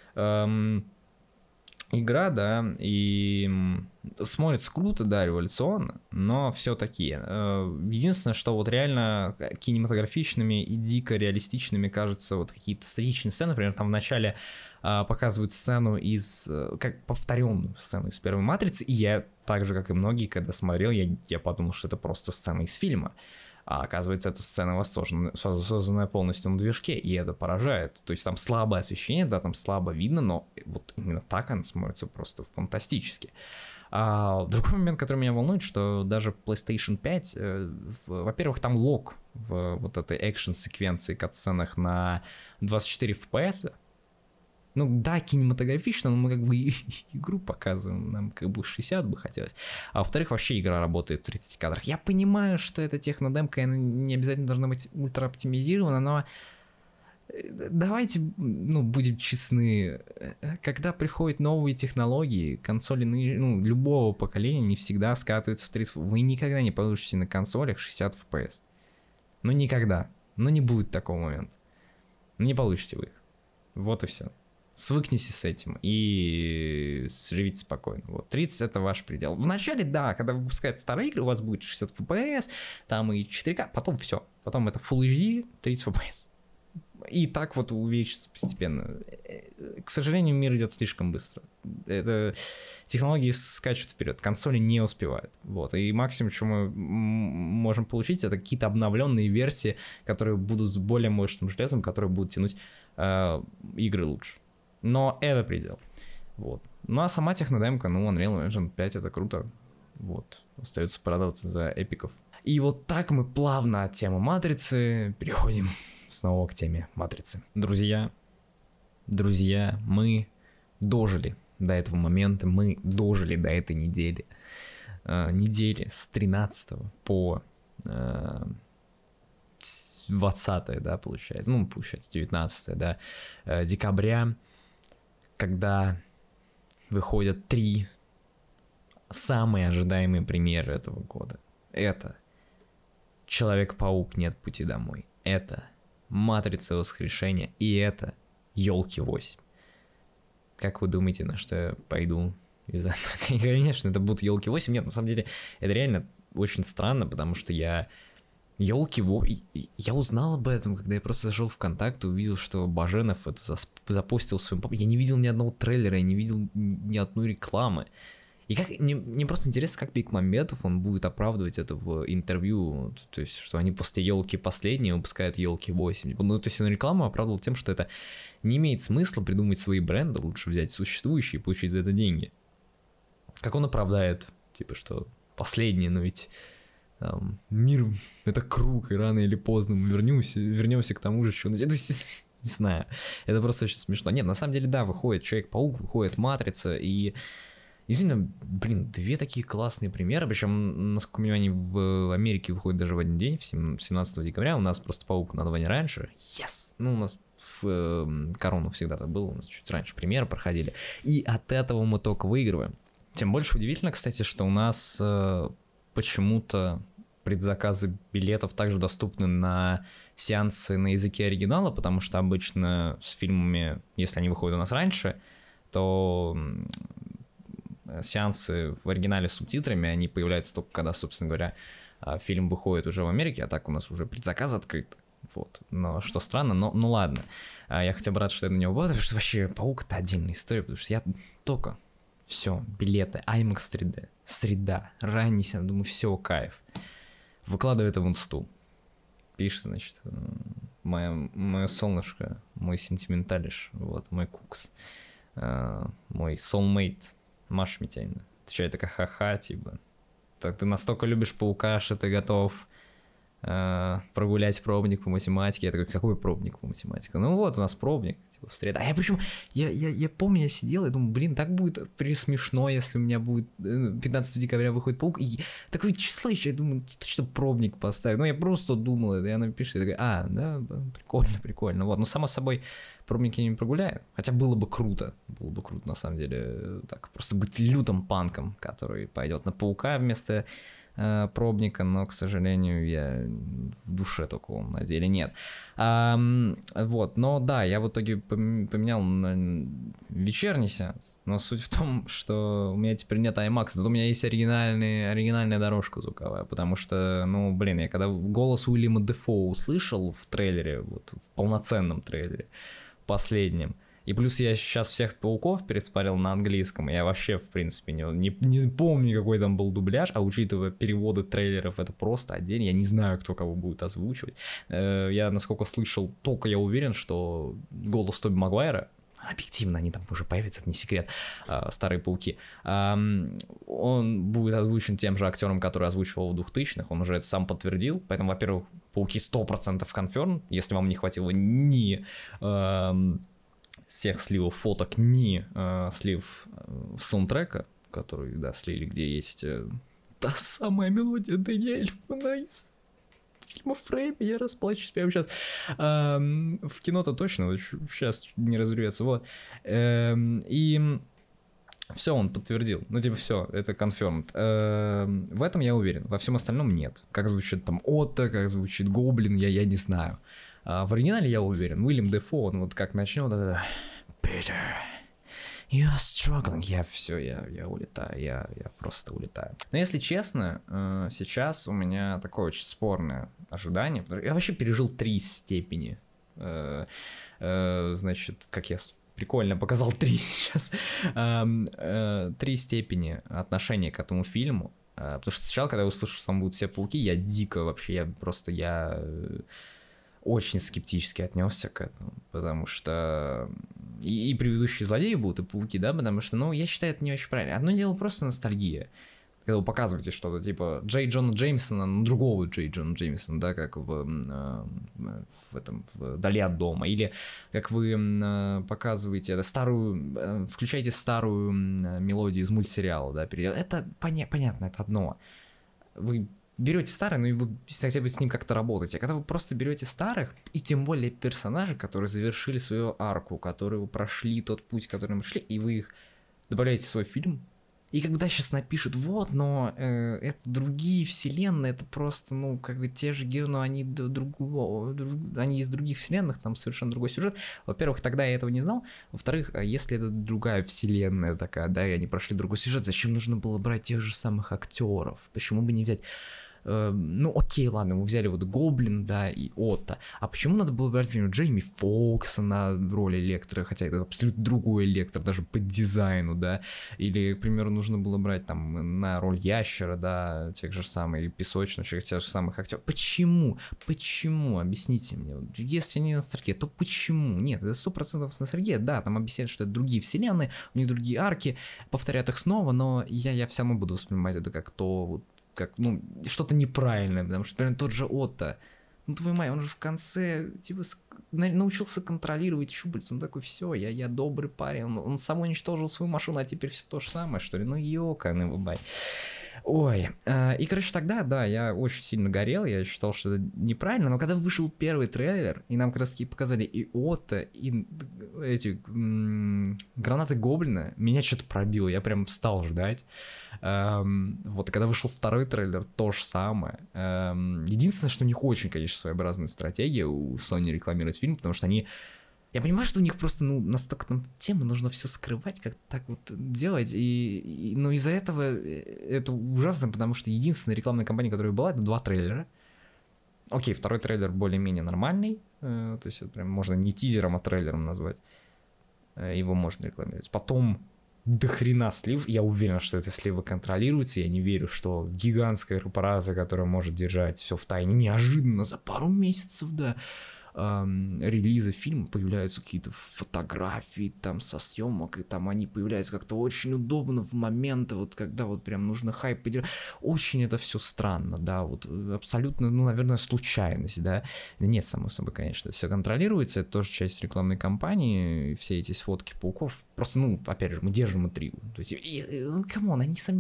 игра, да, и смотрится круто, да, революционно, но все-таки единственное, что вот реально кинематографичными и дико реалистичными кажутся вот какие-то статичные сцены, например, там в начале показывают сцену как повторенную сцену из первой «Матрицы», и я, так же, как и многие, когда смотрел, я подумал, что это просто сцена из фильма. А оказывается, эта сцена созданная полностью на движке, и это поражает. То есть там слабое освещение, да, там слабо видно, но вот именно так она смотрится просто фантастически. Другой момент, который меня волнует, что даже PlayStation 5, во-первых, там лог в вот этой экшн-секвенции, кат-сценах на 24 FPS. Ну да, кинематографично, но мы как бы игру показываем, нам как бы 60 бы хотелось. А во-вторых, вообще игра работает в 30 кадрах. Я понимаю, что эта технодемка, она не обязательно должна быть ультра оптимизирована, но давайте, будем честны, когда приходят новые технологии, консоли любого поколения не всегда скатываются в 30. Вы никогда не получите на консолях 60 FPS. Ну никогда. Ну не будет такого момента. Не получите вы их. Вот и все. Свыкнитесь с этим и живите спокойно. Вот, 30 это ваш предел. Вначале, да, когда выпускают старые игры, у вас будет 60 FPS, там и 4К, потом все. Потом это Full HD, 30 FPS. И так вот увеличится постепенно. К сожалению, мир идет слишком быстро. Это технологии скачут вперед, консоли не успевают. Вот. И максимум, что мы можем получить, это какие-то обновленные версии, которые будут с более мощным железом, которые будут тянуть игры лучше. Но это предел. Вот. Ну а сама технодемка, Unreal Engine 5 это круто. Вот. Остается порадоваться за эпиков. И вот так мы плавно от темы Матрицы переходим снова к теме Матрицы. Друзья, мы дожили до этого момента, мы дожили до этой недели. Недели с 13 по 20, да, получается. Получается, 19, да, декабря, когда выходят 3 самые ожидаемые премьеры этого года. Это Человек-паук Нет пути домой. Это Матрица Воскрешение. И это Ёлки 8. Как вы думаете, на что я пойду из этого. И, конечно, это будут елки 8. Нет, на самом деле, это реально очень странно, потому что я узнал об этом, когда я просто зашел в ВКонтакте, увидел, что Баженов это запостил в своем... Я не видел ни одного трейлера, я не видел ни одной рекламы. И как мне просто интересно, как Бекмамбетов он будет оправдывать это в интервью, то есть, что они после елки последние выпускают елки 8. Ну, то есть он рекламу оправдывал тем, что это не имеет смысла придумать свои бренды, лучше взять существующие и получить за это деньги. Как он оправдает, типа, что последние, но ведь мир это круг, и рано или поздно мы вернемся к тому же, что... Не знаю, это просто очень смешно. Нет, на самом деле, да, выходит Человек-паук, выходит Матрица, и действительно, блин, две такие классные примеры, причем, насколько я понимаю, они в Америке выходят даже в один день, 17 декабря, у нас просто Паук на 2 дня раньше, ну, у нас в Корону всегда так было, у нас чуть раньше премьеры проходили, и от этого мы только выигрываем. Тем больше удивительно, кстати, что у нас почему-то предзаказы билетов также доступны на сеансы на языке оригинала, потому что обычно с фильмами, если они выходят у нас раньше, то сеансы в оригинале с субтитрами, они появляются только когда, собственно говоря, фильм выходит уже в Америке, а так у нас уже предзаказ открыт. Вот. Но что странно, но ну ладно. Я хотя бы рад, что я на него был, потому что вообще Паук — это отдельная история, потому что я только... Все, билеты, IMAX 3D, среда, ранний сеанс, думаю, все, кайф. Выкладываю это в инсту. Пишет, значит, мое солнышко, мой сентименталиш, вот, мой кукс, мой soulmate, Маша Митяйна. Ты что, такая ха-ха, типа? Так ты настолько любишь Паука, что ты готов прогулять пробник по математике. Я такой, какой пробник по математике? Ну вот, у нас пробник, типа, в среду. А я причем, я помню, я сидел и думаю, блин, так будет смешно, если у меня будет 15 декабря выходит Паук. И такое число еще, я думаю, точно пробник поставить. Ну, я просто думал это, и она пишет, и такая, да, прикольно. Вот, ну, само собой, пробники не прогуляю. Хотя было бы круто, на самом деле, так, просто быть лютым панком, который пойдет на Паука вместо пробника, но, к сожалению, я в душе такого на деле нет. Вот, но да, я в итоге поменял на вечерний сеанс, но суть в том, что у меня теперь нет IMAX, зато у меня есть оригинальная дорожка звуковая, потому что, ну, блин, я когда голос Уильяма Дефо услышал в трейлере, вот в полноценном трейлере, последнем, и плюс я сейчас всех Пауков пересмотрел на английском, я вообще, в принципе, не помню, какой там был дубляж, а учитывая переводы трейлеров, это просто отдельно, я не знаю, кто кого будет озвучивать. Я, насколько слышал, только я уверен, что голос Тоби Магуайра, объективно они там уже появятся, это не секрет, старые Пауки, он будет озвучен тем же актером, который озвучивал в 2000-х, он уже это сам подтвердил, поэтому, во-первых, Пауки 100% конферм, если вам не хватило ни... всех сливов фоток, ни слив саундтрека, который, да, слили, где есть та самая мелодия Дэнни Эльфмана из фильма «Фрейм», я расплачусь прямо сейчас. В кино-то точно, вот сейчас не разрывется, вот. И все он подтвердил, ну типа все, это confirmed. В этом я уверен, во всем остальном нет. Как звучит там Отто, как звучит Гоблин, я не знаю. В оригинале я уверен, Уильям Дефо, он вот как начнет, Peter, you're struggling. Я улетаю, я просто улетаю. Но если честно, сейчас у меня такое очень спорное ожидание. Я вообще пережил 3 степени. Значит, как я прикольно показал 3 сейчас. 3 степени отношения к этому фильму. Потому что сначала, когда я услышал, что там будут все пауки, я дико вообще, я очень скептически отнесся к этому, потому что и предыдущие злодеи будут, и пауки, да, потому что, ну, я считаю, это не очень правильно. Одно дело просто ностальгия, когда вы показываете что-то, типа Джей Джона Джеймсона, ну, другого Джей Джона Джеймсона, да, как в «Вдали от дома», или как вы показываете это старую, включаете старую мелодию из мультсериала, да, это понятно, это одно. Вы берете старый, ну и вы хотя бы с ним как-то работаете. А когда вы просто берете старых, и тем более персонажей, которые завершили свою арку, которые прошли тот путь, который мы прошли, и вы их добавляете в свой фильм, И когда сейчас напишут, вот, но это другие вселенные, это просто, ну, как бы те же герои, но они они из других вселенных, там совершенно другой сюжет. Во-первых, тогда я этого не знал. Во-вторых, если это другая вселенная такая, да, и они прошли другой сюжет, зачем нужно было брать тех же самых актеров? Почему бы не взять... Ну, окей, ладно, мы взяли вот Гоблин, да, и Отто. А почему надо было брать, например, Джейми Фокса на роль Электро, хотя это абсолютно другой Электро, даже по дизайну, да? Или, к примеру, нужно было брать там на роль Ящера, да, тех же самых, или Песочного, тех же самых актеров. Почему? Почему? Объясните мне. Если не ностальгия, то почему? Нет, это 100% ностальгия, да, там объясняют, что это другие вселенные, у них другие арки, повторяют их снова, но я все равно буду воспринимать это как то, вот, как, ну, что-то неправильное, потому что, например, тот же Отто, ну, твою мать, он же в конце, типа, научился контролировать щупальца, он такой, все, я добрый парень, он сам уничтожил свою машину, а теперь все то же самое, что ли, ну, ёканый бабай. Ой, и, короче, тогда, да, я очень сильно горел, я считал, что это неправильно, но когда вышел первый трейлер, и нам как раз таки показали и Отто, и эти гранаты Гоблина, меня что-то пробило, я прям стал ждать. Вот, и когда вышел второй трейлер, то же самое. Единственное, что у них очень, конечно, своеобразная стратегия у Sony рекламировать фильм, потому что они... Я понимаю, что у них просто, ну, настолько там темы, нужно все скрывать, как так вот делать, но из-за этого это ужасно, потому что единственная рекламная кампания, которая была, это 2 трейлера. Окей, второй трейлер более-менее нормальный, то есть это прям можно не тизером, а трейлером назвать. Его можно рекламировать. Потом до хрена слив, я уверен, что это сливы контролируется, я не верю, что гигантская корпорация, которая может держать все в тайне, неожиданно за пару месяцев, да, релиза фильма появляются какие-то фотографии там со съемок, и там они появляются как-то очень удобно в моменты, вот когда вот прям нужно хайп поддержать. Очень это все странно, да, вот абсолютно, ну, наверное, случайность, да. Нет, само собой, конечно, все контролируется, это тоже часть рекламной кампании, все эти сфотки пауков. Просто, ну, опять же, мы держим интригу. То есть, камон, они сами,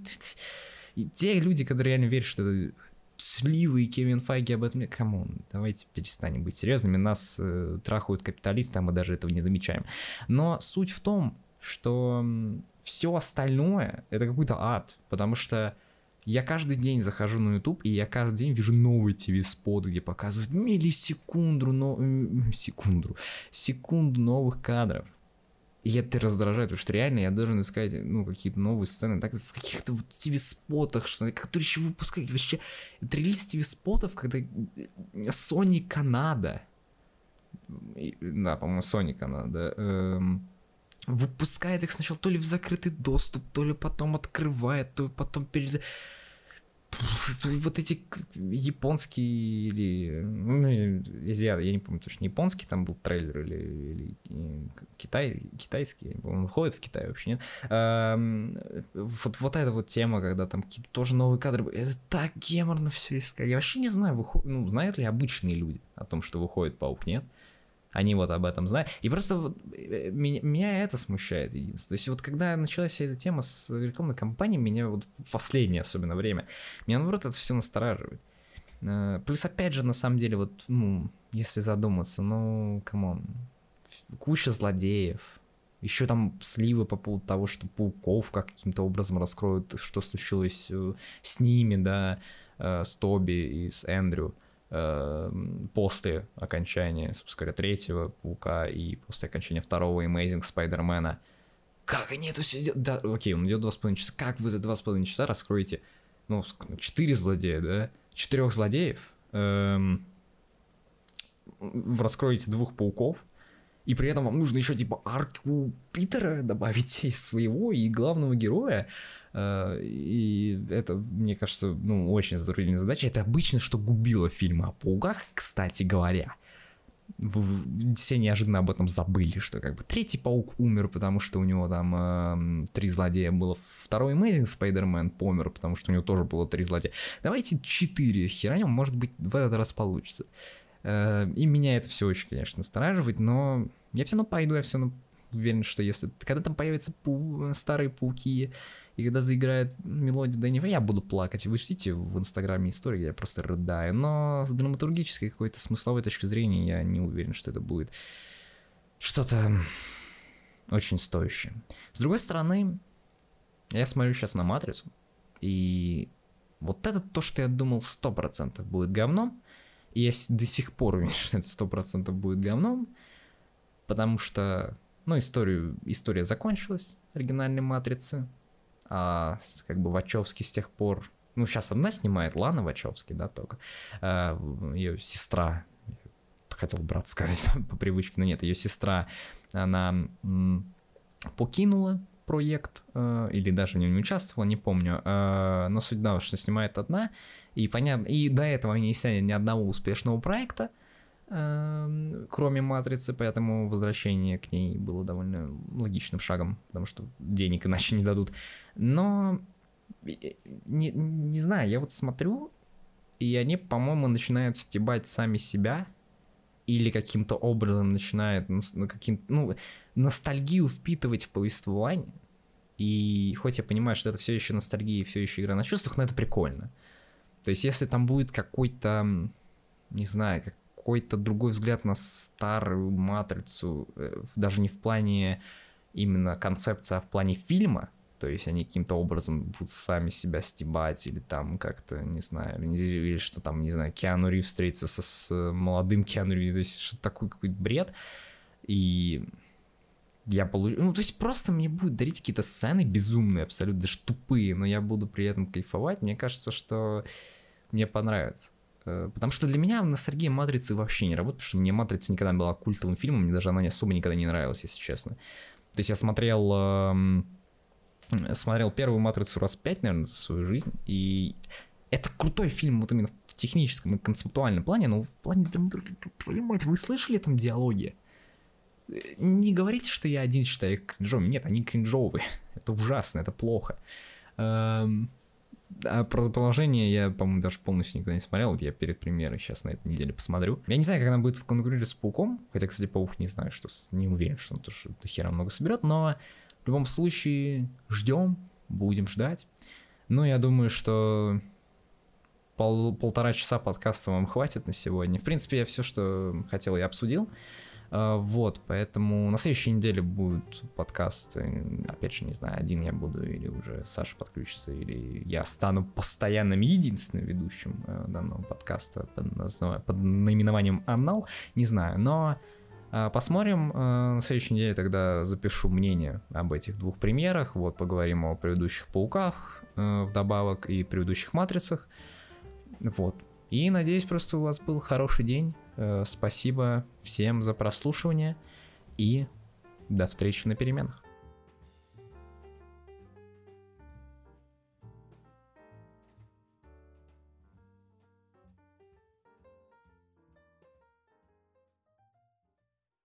и те люди, которые реально верят, что это сливы и Кевин Файги об этом... Камон, давайте перестанем быть серьезными. Нас трахают капиталисты, а мы даже этого не замечаем. Но суть в том, что все остальное это какой-то ад. Потому что я каждый день захожу на YouTube, и я каждый день вижу новый ТВ-спот, где показывают миллисекунду, секунду новых кадров. И это раздражает, потому что реально я должен искать, ну, какие-то новые сцены, так, в каких-то вот ТВ-спотах, которые еще выпускают. Вообще, это релиз ТВ-спотов, когда Sony Canada, да, по-моему, Sony Canada, выпускает их сначала то ли в закрытый доступ, то ли потом открывает, то ли потом вот эти японские или... Ну, я не помню точно, японский там был трейлер или китайский, он выходит в Китае вообще, нет? Вот эта вот тема, когда там какие-то тоже новые кадры, это так геморно все искать. Я вообще не знаю, ну, знают ли обычные люди о том, что выходит Паук, нет? Они вот об этом знают. И просто вот меня это смущает единственное. То есть вот когда началась вся эта тема с рекламной кампанией, меня вот в последнее особенно время, меня наоборот это все настораживает. Плюс опять же, на самом деле, вот, ну, если задуматься, ну, камон, куча злодеев. Еще там сливы по поводу того, что пауков как-то образом раскроют, что случилось с ними, да, с Тоби и с Эндрю. После окончания, собственно говоря, 3-го Паука и после окончания 2-го Amazing Spider-Man. Как они это все сделали? Да, окей, он идет 2,5 часа. Как вы за 2,5 часа раскроете, ну, 4 злодея, да? 4 злодеев, раскроете 2 пауков, и при этом вам нужно еще типа арку Питера добавить из своего и главного героя. И это, мне кажется, ну, очень затруднительная задача. Это обычно, что губило фильмы о пауках, кстати говоря. Все неожиданно об этом забыли, что как бы 3-й паук умер, потому что у него там 3 злодея было. 2-й Amazing Spider-Man помер, потому что у него тоже было 3 злодея. Давайте 4 херанем, может быть, в этот раз получится. И меня это все очень, конечно, настораживает, но я все равно пойду, я все равно уверен, что если... Когда там появятся старые пауки, и когда заиграет мелодия Дэнни, я буду плакать. И вы ждите в инстаграме истории, где я просто рыдаю. Но с драматургической какой-то смысловой точки зрения я не уверен, что это будет что-то очень стоящее. С другой стороны, Я смотрю сейчас на «Матрицу», и вот это то, что я думал 100% будет говном, и я до сих пор уверен, что это 100% будет говном, потому что, ну, история закончилась, оригинальной «Матрицы», а как бы Вачовски с тех пор, ну, сейчас одна снимает, Лана Вачовски, да, только, ее сестра, хотел брат сказать по привычке, но нет, ее сестра, она покинула проект, или даже в нем не участвовала, не помню, но суть в том, что снимает одна, и понятно, и до этого они не сняли ни одного успешного проекта, кроме «Матрицы», поэтому возвращение к ней было довольно логичным шагом, потому что денег иначе не дадут. Но, не знаю, я вот смотрю, и они, по-моему, начинают стебать сами себя, или каким-то образом начинают ностальгию впитывать в повествование. И хоть я понимаю, что это все еще ностальгия, все еще игра на чувствах, но это прикольно. То есть, если там будет какой-то, не знаю, какой-то другой взгляд на старую «Матрицу», даже не в плане именно концепции, а в плане фильма, то есть они каким-то образом будут сами себя стебать, или там как-то, не знаю, или что там, не знаю, Киану Ривз встретится с молодым Киану Ривзом, то есть что-то такой какой-то бред, и я получу, ну, то есть просто мне будут дарить какие-то сцены безумные, абсолютно даже тупые, но я буду при этом кайфовать, мне кажется, что мне понравится. Потому что для меня ностальгия «Матрицы» вообще не работает, потому что мне «Матрица» никогда не была культовым фильмом, мне даже она особо никогда не нравилась, если честно. То есть я смотрел первую «Матрицу» раз 5, наверное, за свою жизнь, и это крутой фильм вот именно в техническом и концептуальном плане, но в плане драматургии, твою мать, вы слышали там диалоги? Не говорите, что я один считаю их кринжовыми, нет, они кринжовые, это ужасно, это плохо. А продолжение я, по-моему, даже полностью никогда не смотрел. Вот я перед премьерой сейчас на этой неделе посмотрю. Я не знаю, как она будет конкурировать с «Пауком». Хотя, кстати, «Паук» не знаю, не уверен, что он тоже до хера много соберет. Но в любом случае ждем, будем ждать. Ну, я думаю, что полтора часа подкаста вам хватит на сегодня. В принципе, я все, что хотел, я обсудил. Вот, поэтому на следующей неделе будет подкаст, опять же, не знаю, один я буду, или уже Саша подключится, или я стану постоянным единственным ведущим данного подкаста под наименованием «Аннал», не знаю, но посмотрим, на следующей неделе тогда запишу мнение об этих двух премьерах, вот, поговорим о предыдущих «Пауках» вдобавок и предыдущих «Матрицах», вот. И надеюсь, просто у вас был хороший день. Спасибо всем за прослушивание и до встречи на переменах.